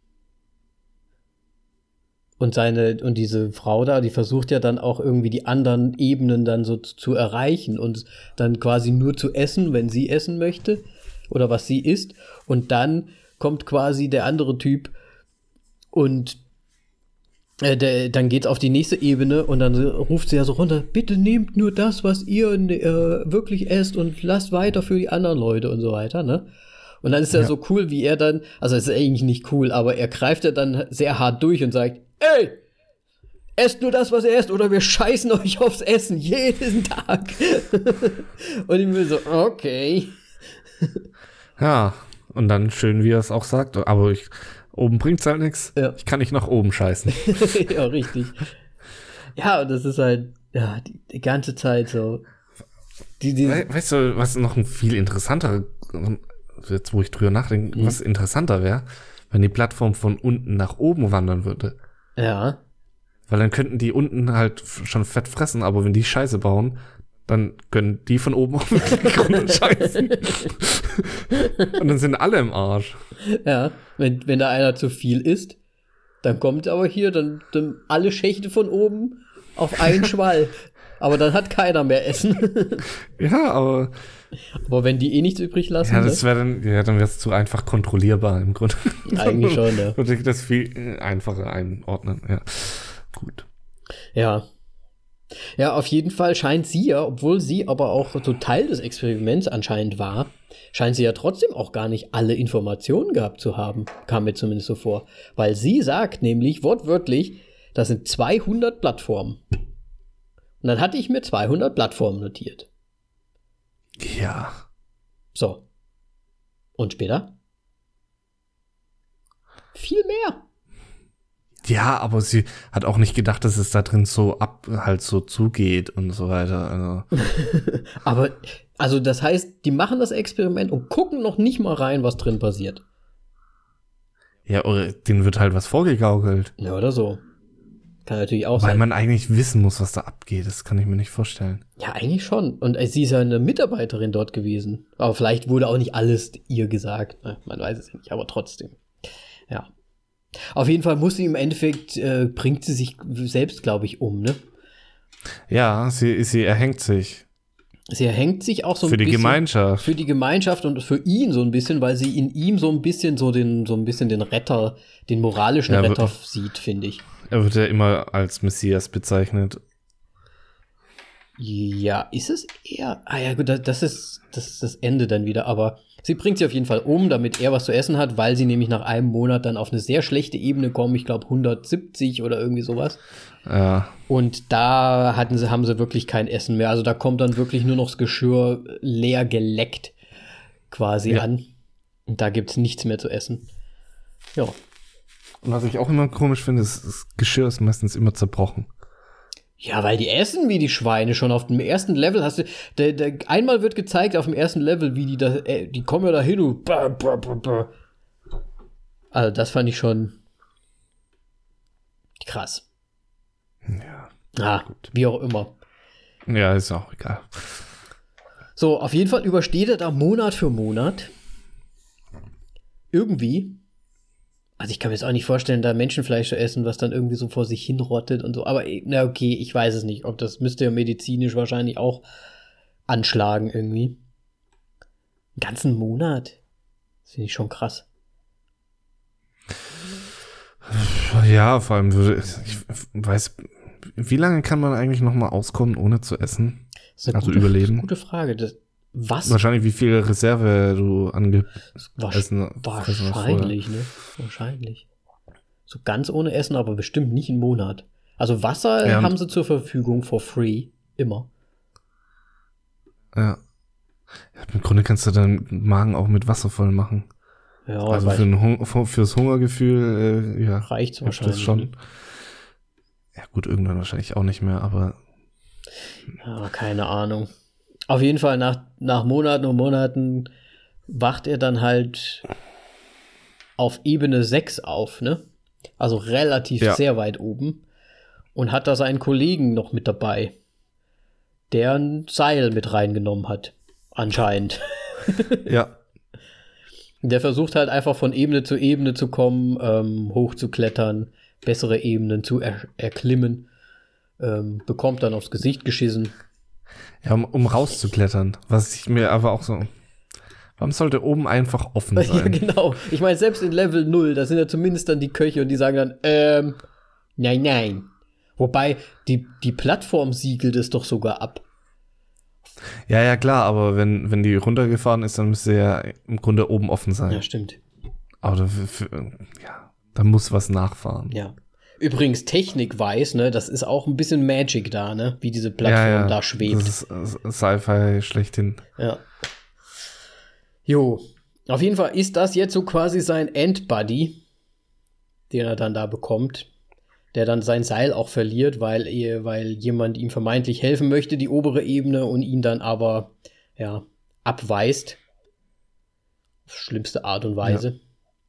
Und seine, und diese Frau da, die versucht ja dann auch irgendwie die anderen Ebenen dann so zu, zu erreichen und dann quasi nur zu essen, wenn sie essen möchte oder was sie isst. Und dann kommt quasi der andere Typ und äh, der, dann geht's auf die nächste Ebene und dann ruft sie ja so runter, bitte nehmt nur das, was ihr äh, wirklich esst und lasst weiter für die anderen Leute und so weiter, ne? Und dann ist er ja. so cool, wie er dann, also es ist eigentlich nicht cool, aber er greift ja dann sehr hart durch und sagt, ey, esst nur das, was ihr esst, oder wir scheißen euch aufs Essen jeden Tag. Und ich will so, okay. Ja, und dann schön, wie er es auch sagt, aber ich, oben bringt's halt nichts. Ja. Ich kann nicht nach oben scheißen. Ja, richtig. Ja, und das ist halt, ja, die, die ganze Zeit so. Die, die We- weißt du, was noch ein viel interessanter, jetzt wo ich drüber nachdenke, mhm. was interessanter wäre, wenn die Plattform von unten nach oben wandern würde. Ja. Weil dann könnten die unten halt schon fett fressen, aber wenn die Scheiße bauen, dann können die von oben auf den Grund scheißen. Und dann sind alle im Arsch. Ja, wenn, wenn da einer zu viel isst, dann kommt aber hier dann, dann alle Schächte von oben auf einen Schwall. Aber dann hat keiner mehr Essen. Ja, aber Aber wenn die eh nichts übrig lassen. Ja, das wäre dann, ja, dann wäre es zu einfach kontrollierbar im Grunde. Eigentlich schon, ja. Würde ich das viel einfacher einordnen, ja. Gut. Ja. Ja, auf jeden Fall scheint sie ja, obwohl sie aber auch so Teil des Experiments anscheinend war, scheint sie ja trotzdem auch gar nicht alle Informationen gehabt zu haben. Kam mir zumindest so vor. Weil sie sagt nämlich wortwörtlich, das sind zweihundert Plattformen. Und dann hatte ich mir zweihundert Plattformen notiert. Ja. So. Und später? Viel mehr. Ja, aber sie hat auch nicht gedacht, dass es da drin so ab, halt so zugeht und so weiter. Also. Aber, also das heißt, die machen das Experiment und gucken noch nicht mal rein, was drin passiert. Ja, oder denen wird halt was vorgegaukelt. Ja, oder so. Kann natürlich auch Weil sein. man eigentlich wissen muss, was da abgeht. Das kann ich mir nicht vorstellen. Ja, eigentlich schon. Und sie ist ja eine Mitarbeiterin dort gewesen. Aber vielleicht wurde auch nicht alles ihr gesagt. Man weiß es ja nicht, aber trotzdem. Ja. Auf jeden Fall muss sie im Endeffekt, äh, bringt sie sich selbst, glaube ich, um, ne? Ja, sie, sie erhängt sich. Sie erhängt sich auch so ein für bisschen. Für die Gemeinschaft. Für die Gemeinschaft und für ihn so ein bisschen, weil sie in ihm so ein bisschen so den, so ein bisschen den Retter, den moralischen ja, Retter sieht, finde ich. Er wird ja immer als Messias bezeichnet. Ja, ist es eher. Ah ja, gut, das ist, das ist das Ende dann wieder. Aber sie bringt sie auf jeden Fall um, damit er was zu essen hat, weil sie nämlich nach einem Monat dann auf eine sehr schlechte Ebene kommen. Ich glaube hundertsiebzig oder irgendwie sowas. Ja. Und da hatten sie, haben sie wirklich kein Essen mehr. Also da kommt dann wirklich nur noch das Geschirr leer geleckt quasi Ja. an. Und da gibt's nichts mehr zu essen. Ja. Und was ich auch immer komisch finde, ist, das Geschirr ist meistens immer zerbrochen. Ja, weil die essen wie die Schweine schon auf dem ersten Level. Hast du, der, der, einmal wird gezeigt auf dem ersten Level, wie die da, äh, die kommen ja da hin und bah, bah, bah, bah. Also das fand ich schon krass. Ja. Ah, wie auch immer. Ja, ist auch egal. So, auf jeden Fall übersteht er da Monat für Monat. Irgendwie. Also ich kann mir jetzt auch nicht vorstellen, da Menschenfleisch zu essen, was dann irgendwie so vor sich hinrottet und so. Aber na okay, ich weiß es nicht. Ob das müsste ja medizinisch wahrscheinlich auch anschlagen irgendwie. Einen ganzen Monat. Das finde ich schon krass. Ja, vor allem würde ich weiß, wie lange kann man eigentlich noch mal auskommen, ohne zu essen? Das ist eine Also gute, überleben? Das ist eine gute Frage. Das, was? Wahrscheinlich, wie viel Reserve du ange Wasch- Essen- Wahrscheinlich, ne? Wahrscheinlich. So ganz ohne Essen, aber bestimmt nicht einen Monat. Also Wasser Ja, und- haben sie zur Verfügung for free. Immer. Ja. Ja, im Grunde kannst du deinen Magen auch mit Wasser voll machen. Ja, also weiß- für ein Hung- für- fürs Hungergefühl, äh, ja, reicht's hilft wahrscheinlich. das schon. ne? Ja gut, irgendwann wahrscheinlich auch nicht mehr, aber Ja, keine Ahnung. Auf jeden Fall nach, nach Monaten und Monaten wacht er dann halt auf Ebene sechs auf, ne? Also relativ Ja. sehr weit oben. Und hat da seinen Kollegen noch mit dabei, der ein Seil mit reingenommen hat. Anscheinend. ja. Der versucht halt einfach von Ebene zu Ebene zu kommen, ähm, hochzuklettern, bessere Ebenen zu er erklimmen. Ähm, bekommt dann aufs Gesicht geschissen. Ja, um, um rauszuklettern. Was ich mir aber auch so. Warum sollte oben einfach offen Ja, sein? genau. Ich meine, selbst in Level null, da sind ja zumindest dann die Köche und die sagen dann, ähm, nein, nein. Wobei, die, die Plattform siegelt es doch sogar ab. Ja, ja, klar, aber wenn, wenn die runtergefahren ist, dann müsste ja im Grunde oben offen sein. Ja, stimmt. Aber da, für, für, ja, da muss was nachfahren. Ja. Übrigens, technikwise, ne, das ist auch ein bisschen Magic da, ne, wie diese Plattform ja, ja, da schwebt. Das ist äh, Sci-Fi schlechthin. Ja. Jo. Auf jeden Fall ist das jetzt so quasi sein Endbuddy, den er dann da bekommt, der dann sein Seil auch verliert, weil, er- weil jemand ihm vermeintlich helfen möchte, die obere Ebene, und ihn dann aber, ja, abweist. Auf schlimmste Art und Weise.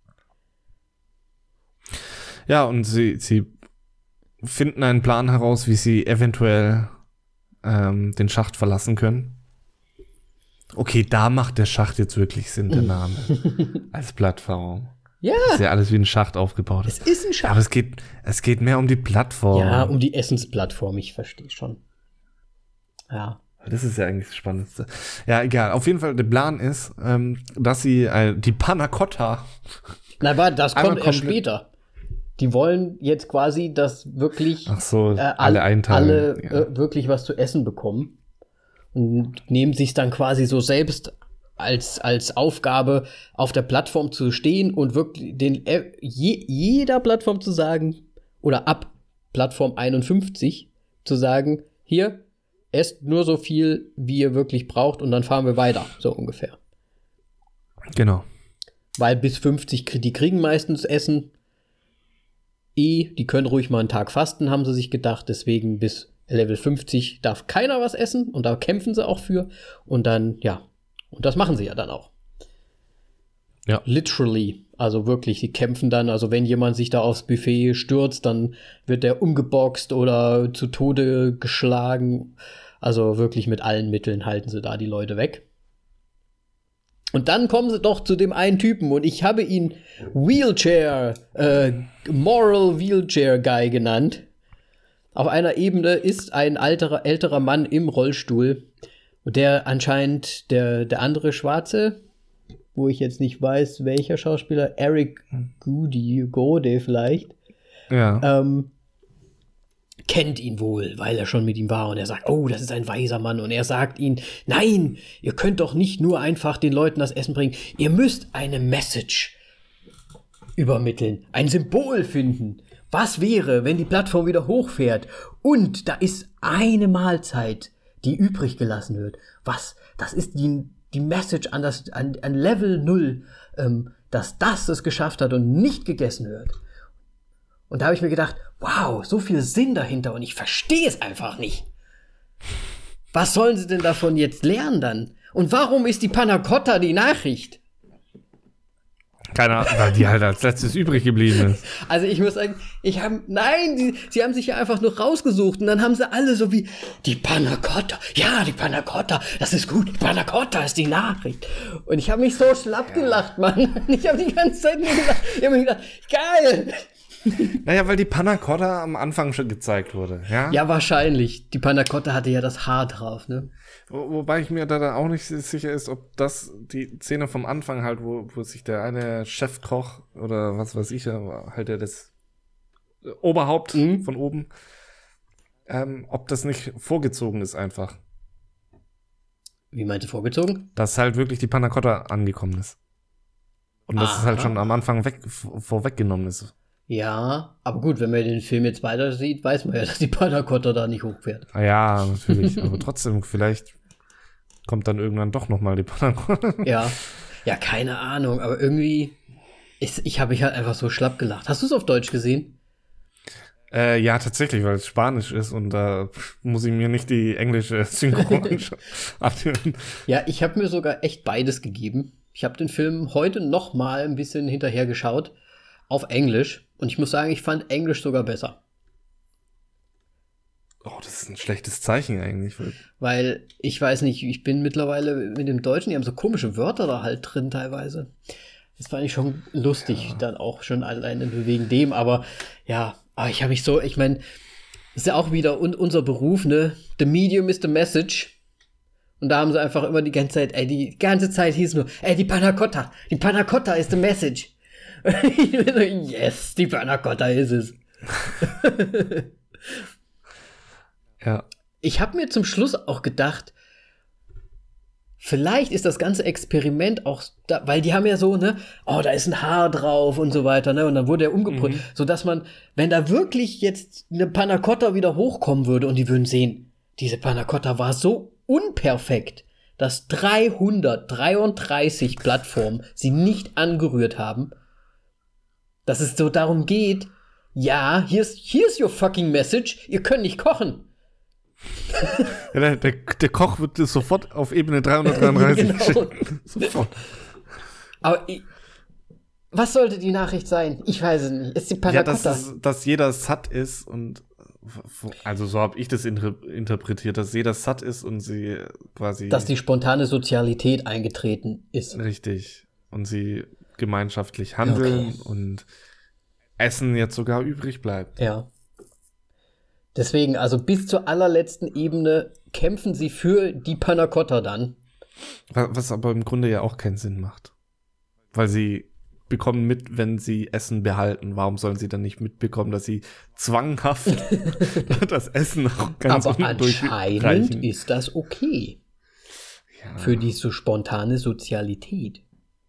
Ja, und sie, sie finden einen Plan heraus, wie sie eventuell ähm, den Schacht verlassen können. Okay, da macht der Schacht jetzt wirklich Sinn, der Name. Als Plattform. Ja, Ist ja alles wie ein Schacht aufgebaut. es ist ein Schacht. Aber es geht, es geht mehr um die Plattform. Ja, um die Essensplattform, ich verstehe schon. Ja. Das ist ja eigentlich das Spannendste. Ja, egal. Auf jeden Fall, der Plan ist, ähm, dass sie äh, die Panna Cotta. Na, aber das Einmal kommt erst komplett- später. Die wollen jetzt quasi, dass wirklich Ach so, äh, alle einteilen. alle ja. äh, wirklich was zu essen bekommen. Und nehmen sich dann quasi so selbst als, als Aufgabe, auf der Plattform zu stehen und wirklich den äh, je, jeder Plattform zu sagen, oder ab Plattform einundfünfzig zu sagen, hier, esst nur so viel, wie ihr wirklich braucht, und dann fahren wir weiter, so ungefähr. Genau. Weil bis fünfzig, krie- die kriegen meistens Essen. Eh, die können ruhig mal einen Tag fasten, haben sie sich gedacht. Deswegen bis Level fünfzig darf keiner was essen. Und da kämpfen sie auch für. Und dann, ja. Und das machen sie ja dann auch. Ja. Literally. Also wirklich, die kämpfen dann. Also wenn jemand sich da aufs Buffet stürzt, dann wird der umgeboxt oder zu Tode geschlagen. Also wirklich mit allen Mitteln halten sie da die Leute weg. Und dann kommen sie doch zu dem einen Typen, und ich habe ihn Wheelchair, äh, Moral Wheelchair Guy genannt. Auf einer Ebene ist ein alterer, älterer Mann im Rollstuhl, und der anscheinend, der, der andere Schwarze, wo ich jetzt nicht weiß, welcher Schauspieler, Eric Goody, Gode vielleicht, Ja. ähm, kennt ihn wohl, weil er schon mit ihm war und er sagt, oh, das ist ein weiser Mann und er sagt ihnen, nein, ihr könnt doch nicht nur einfach den Leuten das Essen bringen, ihr müsst eine Message übermitteln, ein Symbol finden. Was wäre, wenn die Plattform wieder hochfährt und da ist eine Mahlzeit, die übrig gelassen wird? Was? Das ist die, die Message an, das, an, an Level null, ähm, dass das es geschafft hat und nicht gegessen wird. Und da habe ich mir gedacht, wow, so viel Sinn dahinter und ich verstehe es einfach nicht. Was sollen sie denn davon jetzt lernen dann? Und warum ist die Panna Cotta die Nachricht? Keine Ahnung, weil die halt als letztes übrig geblieben ist. Also ich muss sagen, ich habe, nein, die, sie haben sich ja einfach nur rausgesucht und dann haben sie alle so wie, die Panna Cotta, ja, die Panna Cotta, das ist gut, die Panna Cotta ist die Nachricht. Und ich habe mich so schlapp ja. gelacht, Mann. Ich habe die ganze Zeit nur gedacht, ich habe mir gedacht, geil. Naja, weil die Panna Cotta am Anfang schon gezeigt wurde, ja? Ja, wahrscheinlich. Die Panna Cotta hatte ja das Haar drauf, ne? Wo, wobei ich mir da dann auch nicht sicher ist, ob das die Szene vom Anfang halt, wo, wo sich der eine Chefkoch oder was weiß ich, halt der das Oberhaupt mhm. von oben, ähm, ob das nicht vorgezogen ist einfach. Wie meinst du vorgezogen? Dass halt wirklich die Panna Cotta angekommen ist. Und dass es halt schon am Anfang weg, vorweggenommen ist. Ja, aber gut, wenn man den Film jetzt weiter sieht, weiß man ja, dass die Panna Cotta da nicht hochfährt. Ah ja, natürlich. Aber trotzdem, vielleicht kommt dann irgendwann doch noch mal die Panna Cotta. Ja, ja, keine Ahnung. Aber irgendwie, ich, ich habe mich halt einfach so schlapp gelacht. Hast du es auf Deutsch gesehen? Äh, ja, tatsächlich, weil es Spanisch ist und da äh, muss ich mir nicht die englische Synchron abhören. Ja, ich habe mir sogar echt beides gegeben. Ich habe den Film heute noch mal ein bisschen hinterher geschaut. Auf Englisch. Und ich muss sagen, ich fand Englisch sogar besser. Oh, das ist ein schlechtes Zeichen eigentlich. Weil, ich weiß nicht, ich bin mittlerweile mit dem Deutschen, die haben so komische Wörter da halt drin teilweise. Das fand ich schon lustig, ja. Dann auch schon alleine wegen dem. Aber ja, aber ich habe mich so, ich meine, ist ja auch wieder un- unser Beruf, ne? The medium is the message. Und da haben sie einfach immer die ganze Zeit, ey, die ganze Zeit hieß nur, ey, die Panna Cotta, die Panna Cotta is the message. Ich bin so, yes, die Panna Cotta ist es. Ja. Ich habe mir zum Schluss auch gedacht, vielleicht ist das ganze Experiment auch, da, weil die haben ja so, ne, oh, da ist ein Haar drauf und so weiter, ne, und dann wurde er umgebrüllt, mhm. sodass man, wenn da wirklich jetzt eine Panna Cotta wieder hochkommen würde und die würden sehen, diese Panna Cotta war so unperfekt, dass dreihundertdreiunddreißig Plattformen sie nicht angerührt haben, dass es so darum geht, ja, here's, here's your fucking message, ihr könnt nicht kochen. Ja, der, der, der Koch wird sofort auf Ebene dreihundertdreiunddreißig genau. geschickt. Sofort. Aber ich, was sollte die Nachricht sein? Ich weiß es nicht. Ist die Panna Cotta? Ja, dass, dass jeder satt ist und also so habe ich das inter- interpretiert, dass jeder satt ist und sie quasi dass die spontane Sozialität eingetreten ist. Richtig. Und sie gemeinschaftlich handeln okay. und Essen jetzt sogar übrig bleibt. Ja. Deswegen, also bis zur allerletzten Ebene kämpfen sie für die Panna Cotta dann. Was aber im Grunde ja auch keinen Sinn macht. Weil sie bekommen mit, wenn sie Essen behalten. Warum sollen sie dann nicht mitbekommen, dass sie zwanghaft das Essen auch ganz aber anscheinend ist das okay. Ja. Für die so spontane Sozialität.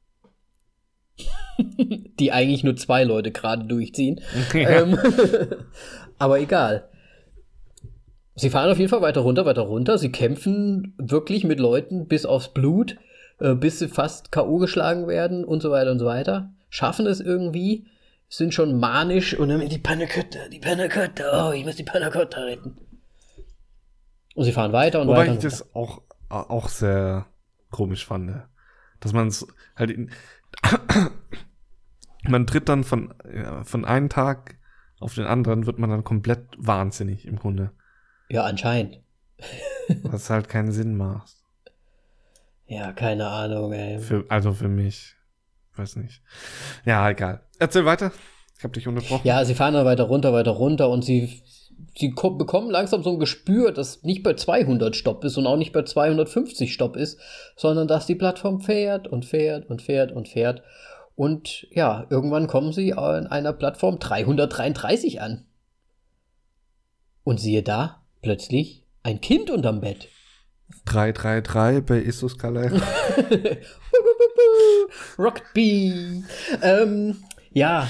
Die eigentlich nur zwei Leute gerade durchziehen. Ja. Ähm, aber egal. Sie fahren auf jeden Fall weiter runter, weiter runter. Sie kämpfen wirklich mit Leuten bis aufs Blut, äh, bis sie fast K O geschlagen werden und so weiter und so weiter. Schaffen es irgendwie, sind schon manisch und dann die Panna Cotta, die Panna Cotta, oh, ich muss die Panna Cotta retten. Und sie fahren weiter und Wobei weiter. Wobei ich das auch, auch sehr komisch fand. Dass man es halt in man tritt dann von, ja, von einem Tag auf den anderen, wird man dann komplett wahnsinnig im Grunde. Ja, anscheinend. Was halt keinen Sinn macht. Ja, keine Ahnung, ey. Für, also für mich. Weiß nicht. Ja, egal. Erzähl weiter. Ich hab dich unterbrochen. Ja, sie fahren dann weiter runter, weiter runter und sie, sie ko- bekommen langsam so ein Gespür, dass nicht bei zweihundert Stopp ist und auch nicht bei zweihundertfünfzig Stopp ist, sondern dass die Plattform fährt und fährt und fährt und fährt. Und ja, irgendwann kommen sie an einer Plattform dreihundertdreiunddreißig an. Und siehe da, plötzlich ein Kind unterm Bett. drei drei drei bei Isus Kalei. Rockbee. Ähm, ja.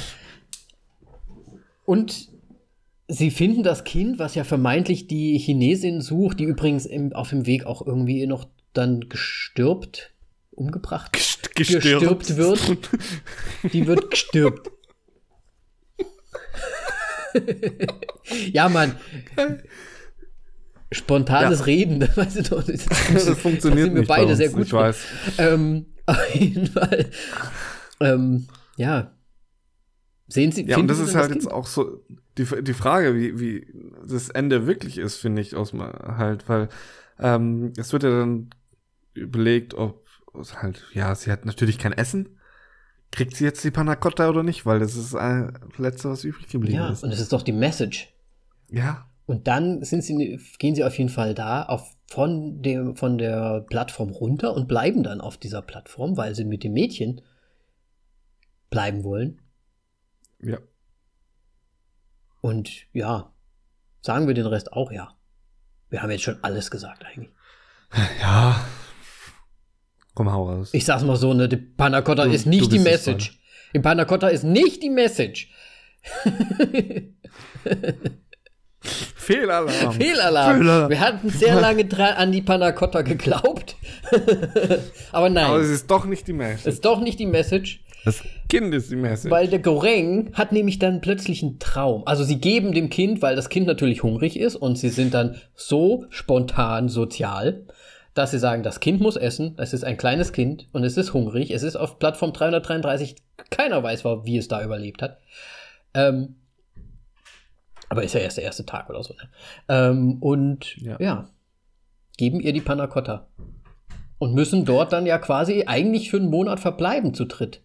Und sie finden das Kind, was ja vermeintlich die Chinesin sucht, die übrigens im, auf dem Weg auch irgendwie noch dann gestirbt, umgebracht, Gest- gestirbt, gestirbt wird. Die wird gestirbt. Ja, Mann. Spontanes ja. Reden, das, weißt du doch, das, das, das funktioniert sind wir nicht beide bei uns, sehr gut. Ich weiß. Ähm, auf jeden Fall. Ähm, ja. Sehen Sie, ja, und das ist halt das jetzt auch so die, die Frage, wie, wie das Ende wirklich ist, finde ich, aus halt, weil ähm, es wird ja dann überlegt, ob halt, ja, sie hat natürlich kein Essen. Kriegt sie jetzt die Panna Cotta oder nicht? Weil das ist das Letzte, was übrig geblieben ja, ist. Und das ist doch die Message. Ja. Und dann sind sie, gehen sie auf jeden Fall da auf, von, dem, von der Plattform runter und bleiben dann auf dieser Plattform, weil sie mit dem Mädchen bleiben wollen. Ja. Und ja, sagen wir den Rest auch ja. Wir haben jetzt schon alles gesagt eigentlich. Ja. Komm, hau raus. Ich sag's mal so, ne, die Panna Cotta du, ist nicht die Message. Die Panna Cotta ist nicht die Message. Fehlalarm. Fehlalarm. Fehlalarm. Wir hatten sehr lange dra- an die Panna Cotta geglaubt. Aber nein. Aber es ist doch nicht die Message. Es ist doch nicht die Message. Das Kind ist die Message. Weil der Goreng hat nämlich dann plötzlich einen Traum. Also sie geben dem Kind, weil das Kind natürlich hungrig ist und sie sind dann so spontan sozial, dass sie sagen, das Kind muss essen, es ist ein kleines Kind und es ist hungrig, es ist auf Plattform dreihundertdreiunddreißig, keiner weiß, wie es da überlebt hat. Ähm, aber ist ja erst der erste Tag oder so. Ne? Ähm, und ja. ja, geben ihr die Panna Cotta. Und müssen dort dann ja quasi eigentlich für einen Monat verbleiben zu dritt.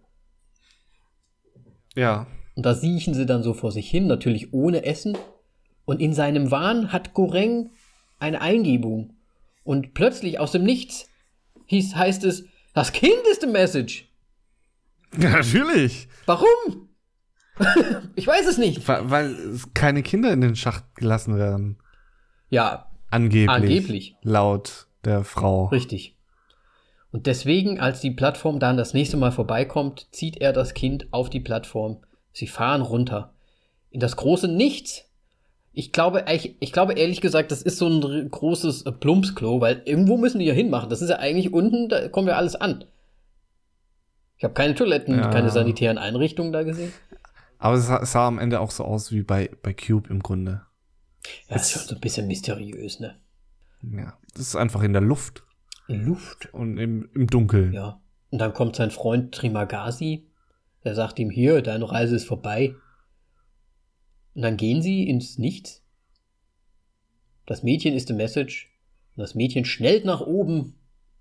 Ja. Und da siechen sie dann so vor sich hin, natürlich ohne Essen. Und in seinem Wahn hat Goreng eine Eingebung. Und plötzlich aus dem Nichts hieß, heißt es, das Kind ist die Message. Ja, natürlich. Warum? Ich weiß es nicht. Weil, weil keine Kinder in den Schacht gelassen werden. Ja. Angeblich. Angeblich. Laut der Frau. Richtig. Und deswegen, als die Plattform dann das nächste Mal vorbeikommt, zieht er das Kind auf die Plattform. Sie fahren runter. In das große Nichts. Ich glaube, ich, ich glaube ehrlich gesagt, das ist so ein großes Plumpsklo, weil irgendwo müssen die ja hinmachen. Das ist ja eigentlich unten, da kommen ja alles an. Ich habe keine Toiletten, ja. keine sanitären Einrichtungen da gesehen. Aber es sah, es sah am Ende auch so aus wie bei, bei Cube im Grunde. Ja, das ist schon so ein bisschen mysteriös, ne? Ja, das ist einfach in der Luft. Luft? Und im, im Dunkeln. Ja. Und dann kommt sein Freund Trimagasi. Der sagt ihm, hier, deine Reise ist vorbei. Und dann gehen sie ins Nichts. Das Mädchen ist die Message. Und das Mädchen schnellt nach oben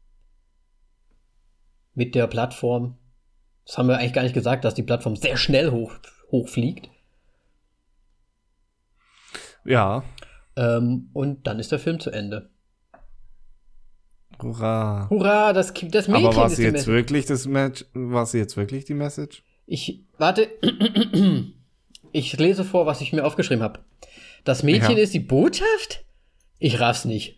mit der Plattform. Das haben wir eigentlich gar nicht gesagt, dass die Plattform sehr schnell hoch, hochfliegt. Ja. Ähm, und dann ist der Film zu Ende. Hurra. Hurra, das, das Mädchen Aber war ist sie die jetzt Message. wirklich das Match? War sie jetzt wirklich die Message? Ich, warte. Ich lese vor, was ich mir aufgeschrieben habe. Das Mädchen ja. ist die Botschaft? Ich raff's nicht.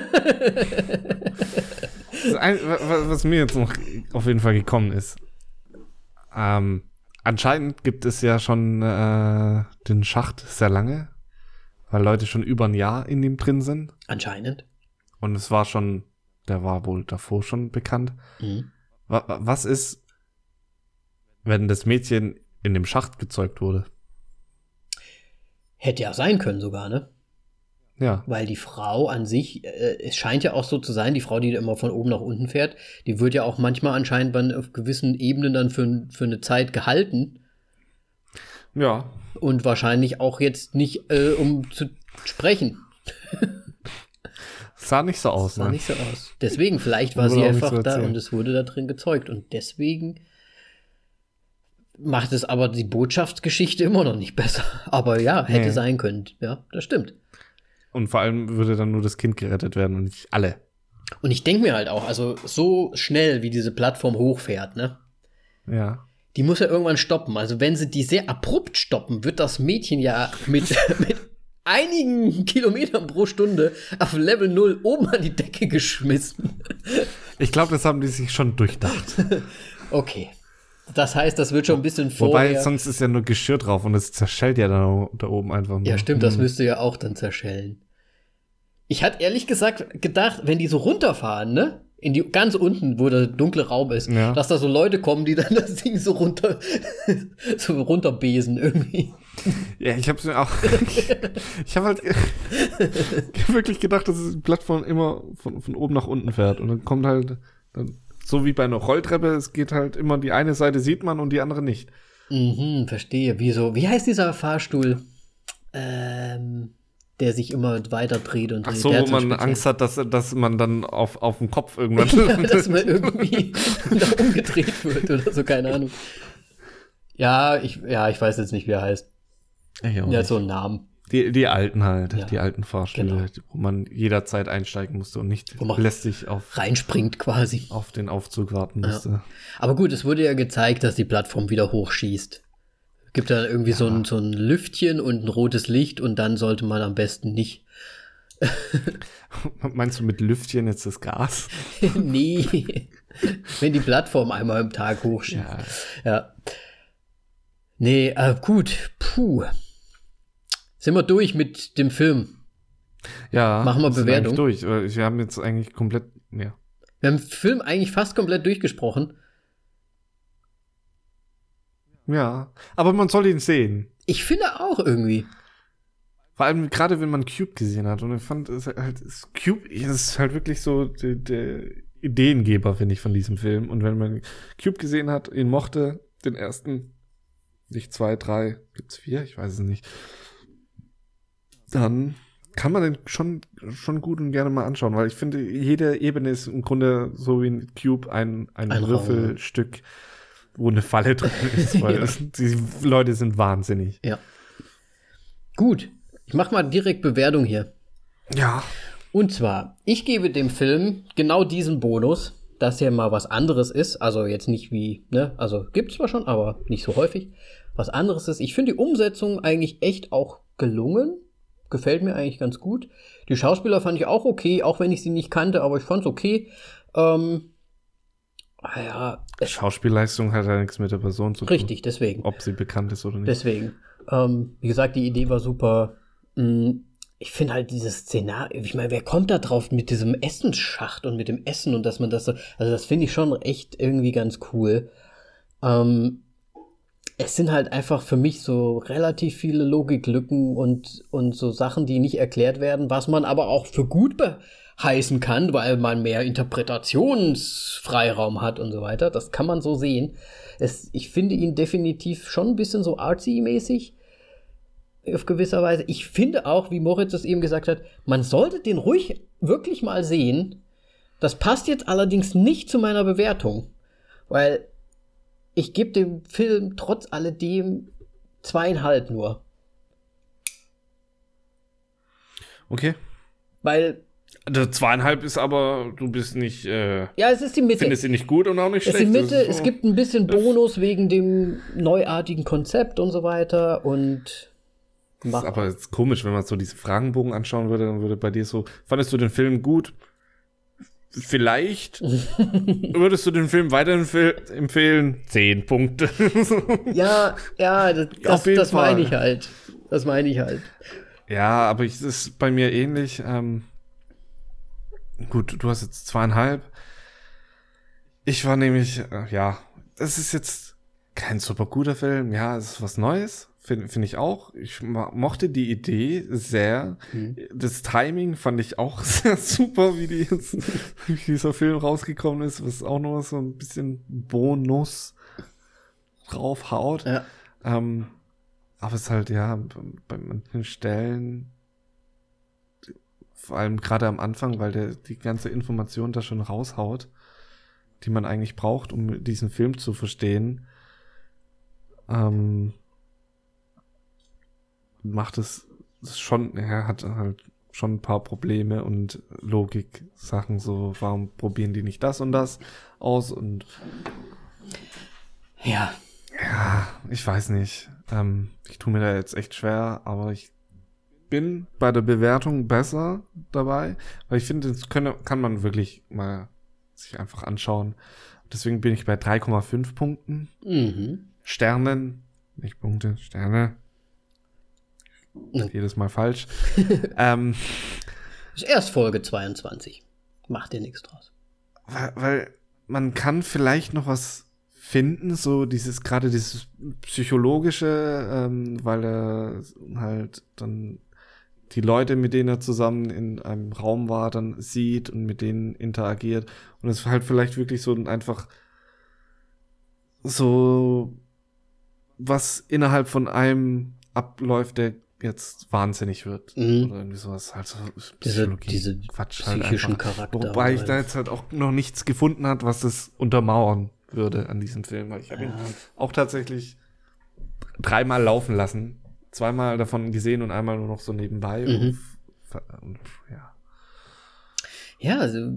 Ein, was mir jetzt noch auf jeden Fall gekommen ist. Ähm, anscheinend gibt es ja schon äh, den Schacht sehr lange, weil Leute schon über ein Jahr in dem drin sind. Anscheinend. Und es war schon, der war wohl davor schon bekannt. Mhm. Was ist, wenn das Mädchen in dem Schacht gezeugt wurde? Hätte ja sein können sogar, ne? Ja. Weil die Frau an sich, äh, es scheint ja auch so zu sein, die Frau, die immer von oben nach unten fährt, die wird ja auch manchmal anscheinend bei, auf gewissen Ebenen dann für, für eine Zeit gehalten. Ja. Und wahrscheinlich auch jetzt nicht, äh, um zu sprechen. Sah nicht so aus, Sah ne? nicht so aus. Deswegen, vielleicht war sie einfach da und es wurde da drin gezeugt. Und deswegen macht es aber die Botschaftsgeschichte immer noch nicht besser. Aber ja, hätte nee. sein können. Ja, das stimmt. Und vor allem würde dann nur das Kind gerettet werden und nicht alle. Und ich denke mir halt auch, also so schnell, wie diese Plattform hochfährt, ne? Ja. Die muss ja irgendwann stoppen. Also wenn sie die sehr abrupt stoppen, wird das Mädchen ja mit, mit einigen Kilometern pro Stunde auf Level null oben an die Decke geschmissen. Ich glaube, das haben die sich schon durchdacht. Okay. Das heißt, das wird schon ein bisschen vorher. Wobei, sonst ist ja nur Geschirr drauf und es zerschellt ja dann da oben einfach nur. Ja, stimmt, das müsste ja auch dann zerschellen. Ich hatte ehrlich gesagt gedacht, wenn die so runterfahren, ne? In die ganz unten, wo der dunkle Raum ist, ja. dass da so Leute kommen, die dann das Ding so runter so runterbesen irgendwie. Ja, ich hab's mir auch ich habe halt ich hab wirklich gedacht, dass die Plattform immer von, von oben nach unten fährt und dann kommt halt dann, so wie bei einer Rolltreppe, es geht halt immer, die eine Seite sieht man und die andere nicht. Mhm, verstehe. Wieso? Wie heißt dieser Fahrstuhl? Ähm der sich immer weiter dreht und Ach so, wo man Angst hat, dass, dass man dann auf, auf dem Kopf irgendwann ja, dass man irgendwie da umgedreht wird oder so, keine Ahnung. Ja, ich, ja, ich weiß jetzt nicht, wie er heißt. Ja, der hat so einen Namen. Die, die alten halt, ja. die alten Fahrstühle, genau. Wo man jederzeit einsteigen musste und nicht lästig auf reinspringt quasi auf den Aufzug warten musste. Ja. Aber gut, es wurde ja gezeigt, dass die Plattform wieder hochschießt. Gibt da irgendwie ja. so, ein, so ein Lüftchen und ein rotes Licht und dann sollte man am besten nicht. Meinst du mit Lüftchen jetzt das Gas? Nee. Wenn die Plattform einmal am Tag hochschießt. Ja. ja. Nee, äh, gut. Puh. Sind wir durch mit dem Film? Ja. Machen wir Bewertung. Durch. Wir haben jetzt eigentlich komplett, ja. Wir haben den Film eigentlich fast komplett durchgesprochen. Ja, aber man soll ihn sehen. Ich finde auch irgendwie. Vor allem gerade, wenn man Cube gesehen hat. Und ich fand, es halt, es, Cube ist halt wirklich so der, der Ideengeber, finde ich, von diesem Film. Und wenn man Cube gesehen hat, ihn mochte, den ersten, nicht zwei, drei, gibt's vier? Ich weiß es nicht. Dann kann man den schon, schon gut und gerne mal anschauen, weil ich finde, jede Ebene ist im Grunde so wie ein Cube ein, ein, ein Würfelstück. Raum. Wo eine Falle drin ist, weil ja. die Leute sind wahnsinnig. Ja. Gut, ich mach mal direkt Bewertung hier. Ja. Und zwar, ich gebe dem Film genau diesen Bonus, dass er mal was anderes ist. Also jetzt nicht wie, ne, also gibt's zwar schon, aber nicht so häufig. Was anderes ist. Ich finde die Umsetzung eigentlich echt auch gelungen. Gefällt mir eigentlich ganz gut. Die Schauspieler fand ich auch okay, auch wenn ich sie nicht kannte, aber ich fand's okay. Ähm, Ja, Schauspielleistung hat ja nichts mit der Person zu tun. Richtig, deswegen. Ob sie bekannt ist oder nicht. Deswegen. Ähm, wie gesagt, die Idee war super. Ich finde halt dieses Szenario, ich meine, wer kommt da drauf mit diesem Essensschacht und mit dem Essen und dass man das so, also das finde ich schon echt irgendwie ganz cool. Ähm, es sind halt einfach für mich so relativ viele Logiklücken und, und so Sachen, die nicht erklärt werden, was man aber auch für gut be- heißen kann, weil man mehr Interpretationsfreiraum hat und so weiter. Das kann man so sehen. Es, ich finde ihn definitiv schon ein bisschen so artsy-mäßig auf gewisser Weise. Ich finde auch, wie Moritz es eben gesagt hat, man sollte den ruhig wirklich mal sehen. Das passt jetzt allerdings nicht zu meiner Bewertung, weil ich gebe dem Film trotz alledem zweieinhalb nur. Okay. Weil Also zweieinhalb ist aber, du bist nicht, äh, ja, es ist die Mitte. Findest du nicht gut und auch nicht es schlecht. Ist die Mitte, ist so, es gibt ein bisschen Bonus wegen dem neuartigen Konzept und so weiter und das ist aber jetzt komisch, wenn man so diesen Fragenbogen anschauen würde, dann würde bei dir so, fandest du den Film gut? Vielleicht würdest du den Film weiterempfehlen? Zehn Punkte. ja, ja, das, das, das meine ich halt. Das meine ich halt. Ja, aber es ist bei mir ähnlich. Ähm, gut, du hast jetzt zweieinhalb. Ich war nämlich, äh, ja, das ist jetzt kein super guter Film. Ja, es ist was Neues, finde find ich auch. Ich mochte die Idee sehr. Mhm. Das Timing fand ich auch sehr super, wie, die jetzt, wie dieser Film rausgekommen ist, was auch noch so ein bisschen Bonus draufhaut. Ja. Ähm, aber es ist halt, ja, bei manchen Stellen, vor allem gerade am Anfang, weil der die ganze Information da schon raushaut, die man eigentlich braucht, um diesen Film zu verstehen, ähm, macht es schon, er hat halt schon ein paar Probleme und Logik-Sachen, so, warum probieren die nicht das und das aus und ja. Ja, ich weiß nicht. Ähm, ich tue mir da jetzt echt schwer, aber ich bin bei der Bewertung besser dabei, weil ich finde, das könne, kann man wirklich mal sich einfach anschauen. Deswegen bin ich bei drei Komma fünf Punkten. Mhm. Sternen, nicht Punkte, Sterne. Mhm. Jedes Mal falsch. ähm, Ist erst Folge zweiundzwanzig. Macht dir nichts draus. Weil, weil man kann vielleicht noch was finden, so dieses, gerade dieses psychologische, ähm, weil er halt dann die Leute, mit denen er zusammen in einem Raum war, dann sieht und mit denen interagiert. Und es halt vielleicht wirklich so ein einfach so was innerhalb von einem abläuft, der jetzt wahnsinnig wird. Mhm. Oder irgendwie sowas. Halt so Psychologie, diese, diese Quatsch psychischen halt einfach. Charakter. Wobei ich da jetzt halt auch noch nichts gefunden hat, was das untermauern würde an diesem Film. Weil ich habe ja. ihn auch tatsächlich dreimal laufen lassen. Zweimal davon gesehen und einmal nur noch so nebenbei. Mhm. Und, ja. Ja, also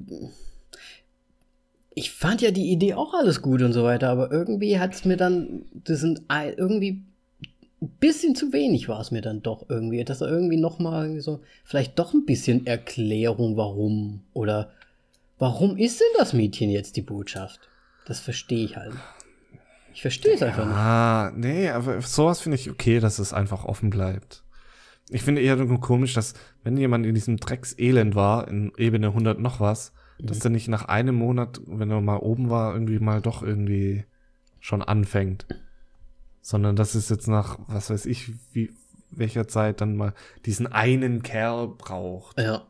ich fand ja die Idee auch alles gut und so weiter, aber irgendwie hat es mir dann, das sind irgendwie ein bisschen zu wenig war es mir dann doch irgendwie, dass er irgendwie noch mal so, vielleicht doch ein bisschen Erklärung, warum oder warum ist denn das Mädchen jetzt die Botschaft? Das verstehe ich halt. Ich verstehe es einfach nicht. Ah, nee, aber sowas finde ich okay, dass es einfach offen bleibt. Ich finde eher nur komisch, dass wenn jemand in diesem Dreckselend war, in Ebene hundert noch was, mhm. dass der nicht nach einem Monat, wenn er mal oben war, irgendwie mal doch irgendwie schon anfängt. Sondern dass es jetzt nach, was weiß ich, wie welcher Zeit dann mal diesen einen Kerl braucht. Ja.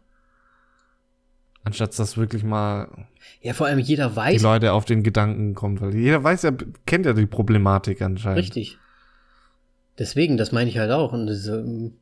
Anstatt dass wirklich mal ja, vor allem jeder weiß, die Leute auf den Gedanken kommt, weil jeder weiß ja, kennt ja die Problematik anscheinend. Richtig. Deswegen, das meine ich halt auch. Und das, ähm,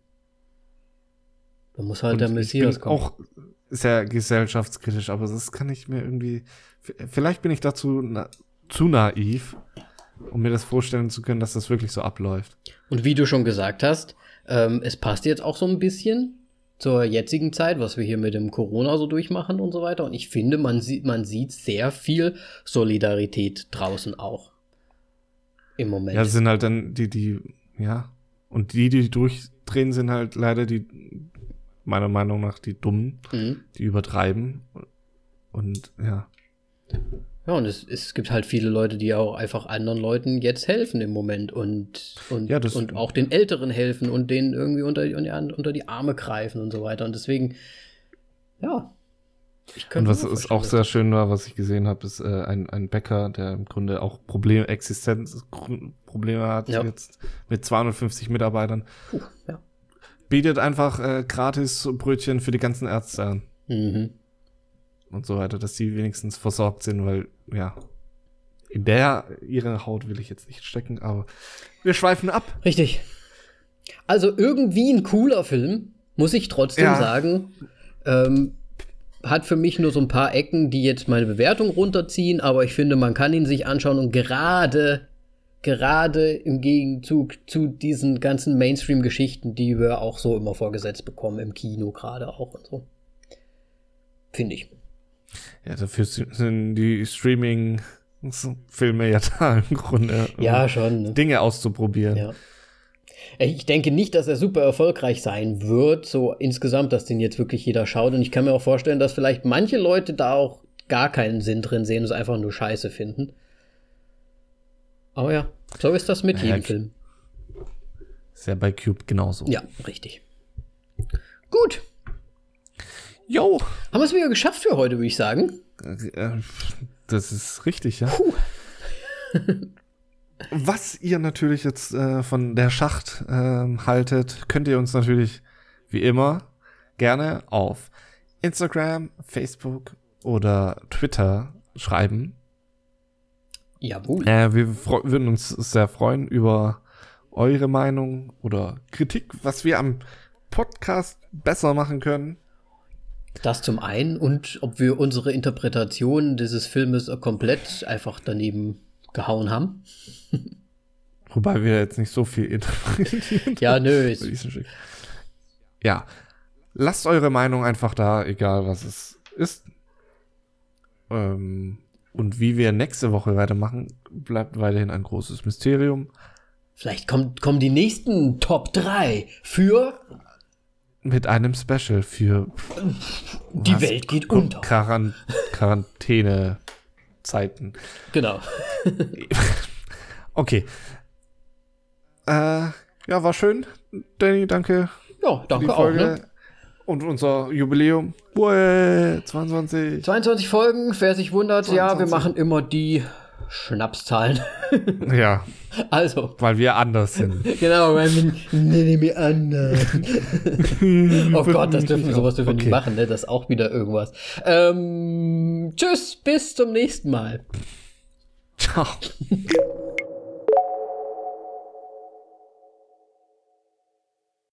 da muss halt und der Messias ich bin kommen. auch sehr gesellschaftskritisch, aber das kann ich mir irgendwie, vielleicht bin ich dazu na, zu naiv, um mir das vorstellen zu können, dass das wirklich so abläuft. Und wie du schon gesagt hast, ähm, es passt jetzt auch so ein bisschen zur jetzigen Zeit, was wir hier mit dem Corona so durchmachen und so weiter. Und ich finde, man sieht, man sieht sehr viel Solidarität draußen auch. Im Moment. Ja, das sind halt dann die, die, ja. Und die, die durchdrehen, sind halt leider die, meiner Meinung nach, die Dummen, mhm. die übertreiben. Und ja. Ja, und es, es gibt halt viele Leute, die auch einfach anderen Leuten jetzt helfen im Moment und, und, ja, das, und auch den Älteren helfen und denen irgendwie unter, unter die Arme greifen und so weiter. Und deswegen, ja. Ich und was ist auch sehr schön war, was ich gesehen habe, ist äh, ein, ein Bäcker, der im Grunde auch Probleme, Existenzprobleme hat, ja. jetzt mit zweihundertfünfzig Mitarbeitern. Puh, ja. Bietet einfach äh, gratis Brötchen für die ganzen Ärzte an. Mhm. Und so weiter, dass die wenigstens versorgt sind, weil, ja, in der, ihre Haut will ich jetzt nicht stecken, aber wir schweifen ab. Richtig. Also irgendwie ein cooler Film, muss ich trotzdem ja. sagen. Ähm, hat für mich nur so ein paar Ecken, die jetzt meine Bewertung runterziehen, aber ich finde, man kann ihn sich anschauen und gerade, gerade im Gegenzug zu diesen ganzen Mainstream-Geschichten, die wir auch so immer vorgesetzt bekommen, im Kino gerade auch und so. Finde ich. Ja, dafür sind die Streaming-Filme ja da im Grunde. Um ja, schon. Ne? Dinge auszuprobieren. Ja. Ich denke nicht, dass er super erfolgreich sein wird, so insgesamt, dass den jetzt wirklich jeder schaut. Und ich kann mir auch vorstellen, dass vielleicht manche Leute da auch gar keinen Sinn drin sehen und es einfach nur scheiße finden. Aber ja, so ist das mit ja, jedem Film. Ist ja bei Cube genauso. Ja, richtig. Gut. Jo. Haben wir es wieder geschafft für heute, würde ich sagen. Das ist richtig, ja. Puh. Was ihr natürlich jetzt äh, von der Schacht äh, haltet, könnt ihr uns natürlich wie immer gerne auf Instagram, Facebook oder Twitter schreiben. Jawohl. Äh, wir freu- würden uns sehr freuen über eure Meinung oder Kritik, was wir am Podcast besser machen können. Das zum einen und ob wir unsere Interpretation dieses Filmes komplett einfach daneben gehauen haben. Wobei wir jetzt nicht so viel interpretieren. Ja, nö. Ja, lasst eure Meinung einfach da, egal was es ist. Ähm, und wie wir nächste Woche weitermachen, bleibt weiterhin ein großes Mysterium. Vielleicht kommt, kommen die nächsten Top drei für mit einem Special für Die was? Welt geht unter. Quarant- Quarantäne-Zeiten. Genau. Okay. Äh, ja, war schön. Danny, danke. Ja, danke auch. Ne? Und unser Jubiläum. Uäh, zweiundzwanzig. zweiundzwanzig Folgen, wer sich wundert, zweiundzwanzig. Ja, wir machen immer die Schnapszahlen. Ja. Also. Weil wir anders sind. Genau, weil wir nennen wir anders. Oh Gott, das dürfen wir sowas dürfen wir okay. nicht machen, ne? Das ist auch wieder irgendwas. Ähm, tschüss, bis zum nächsten Mal. Ciao.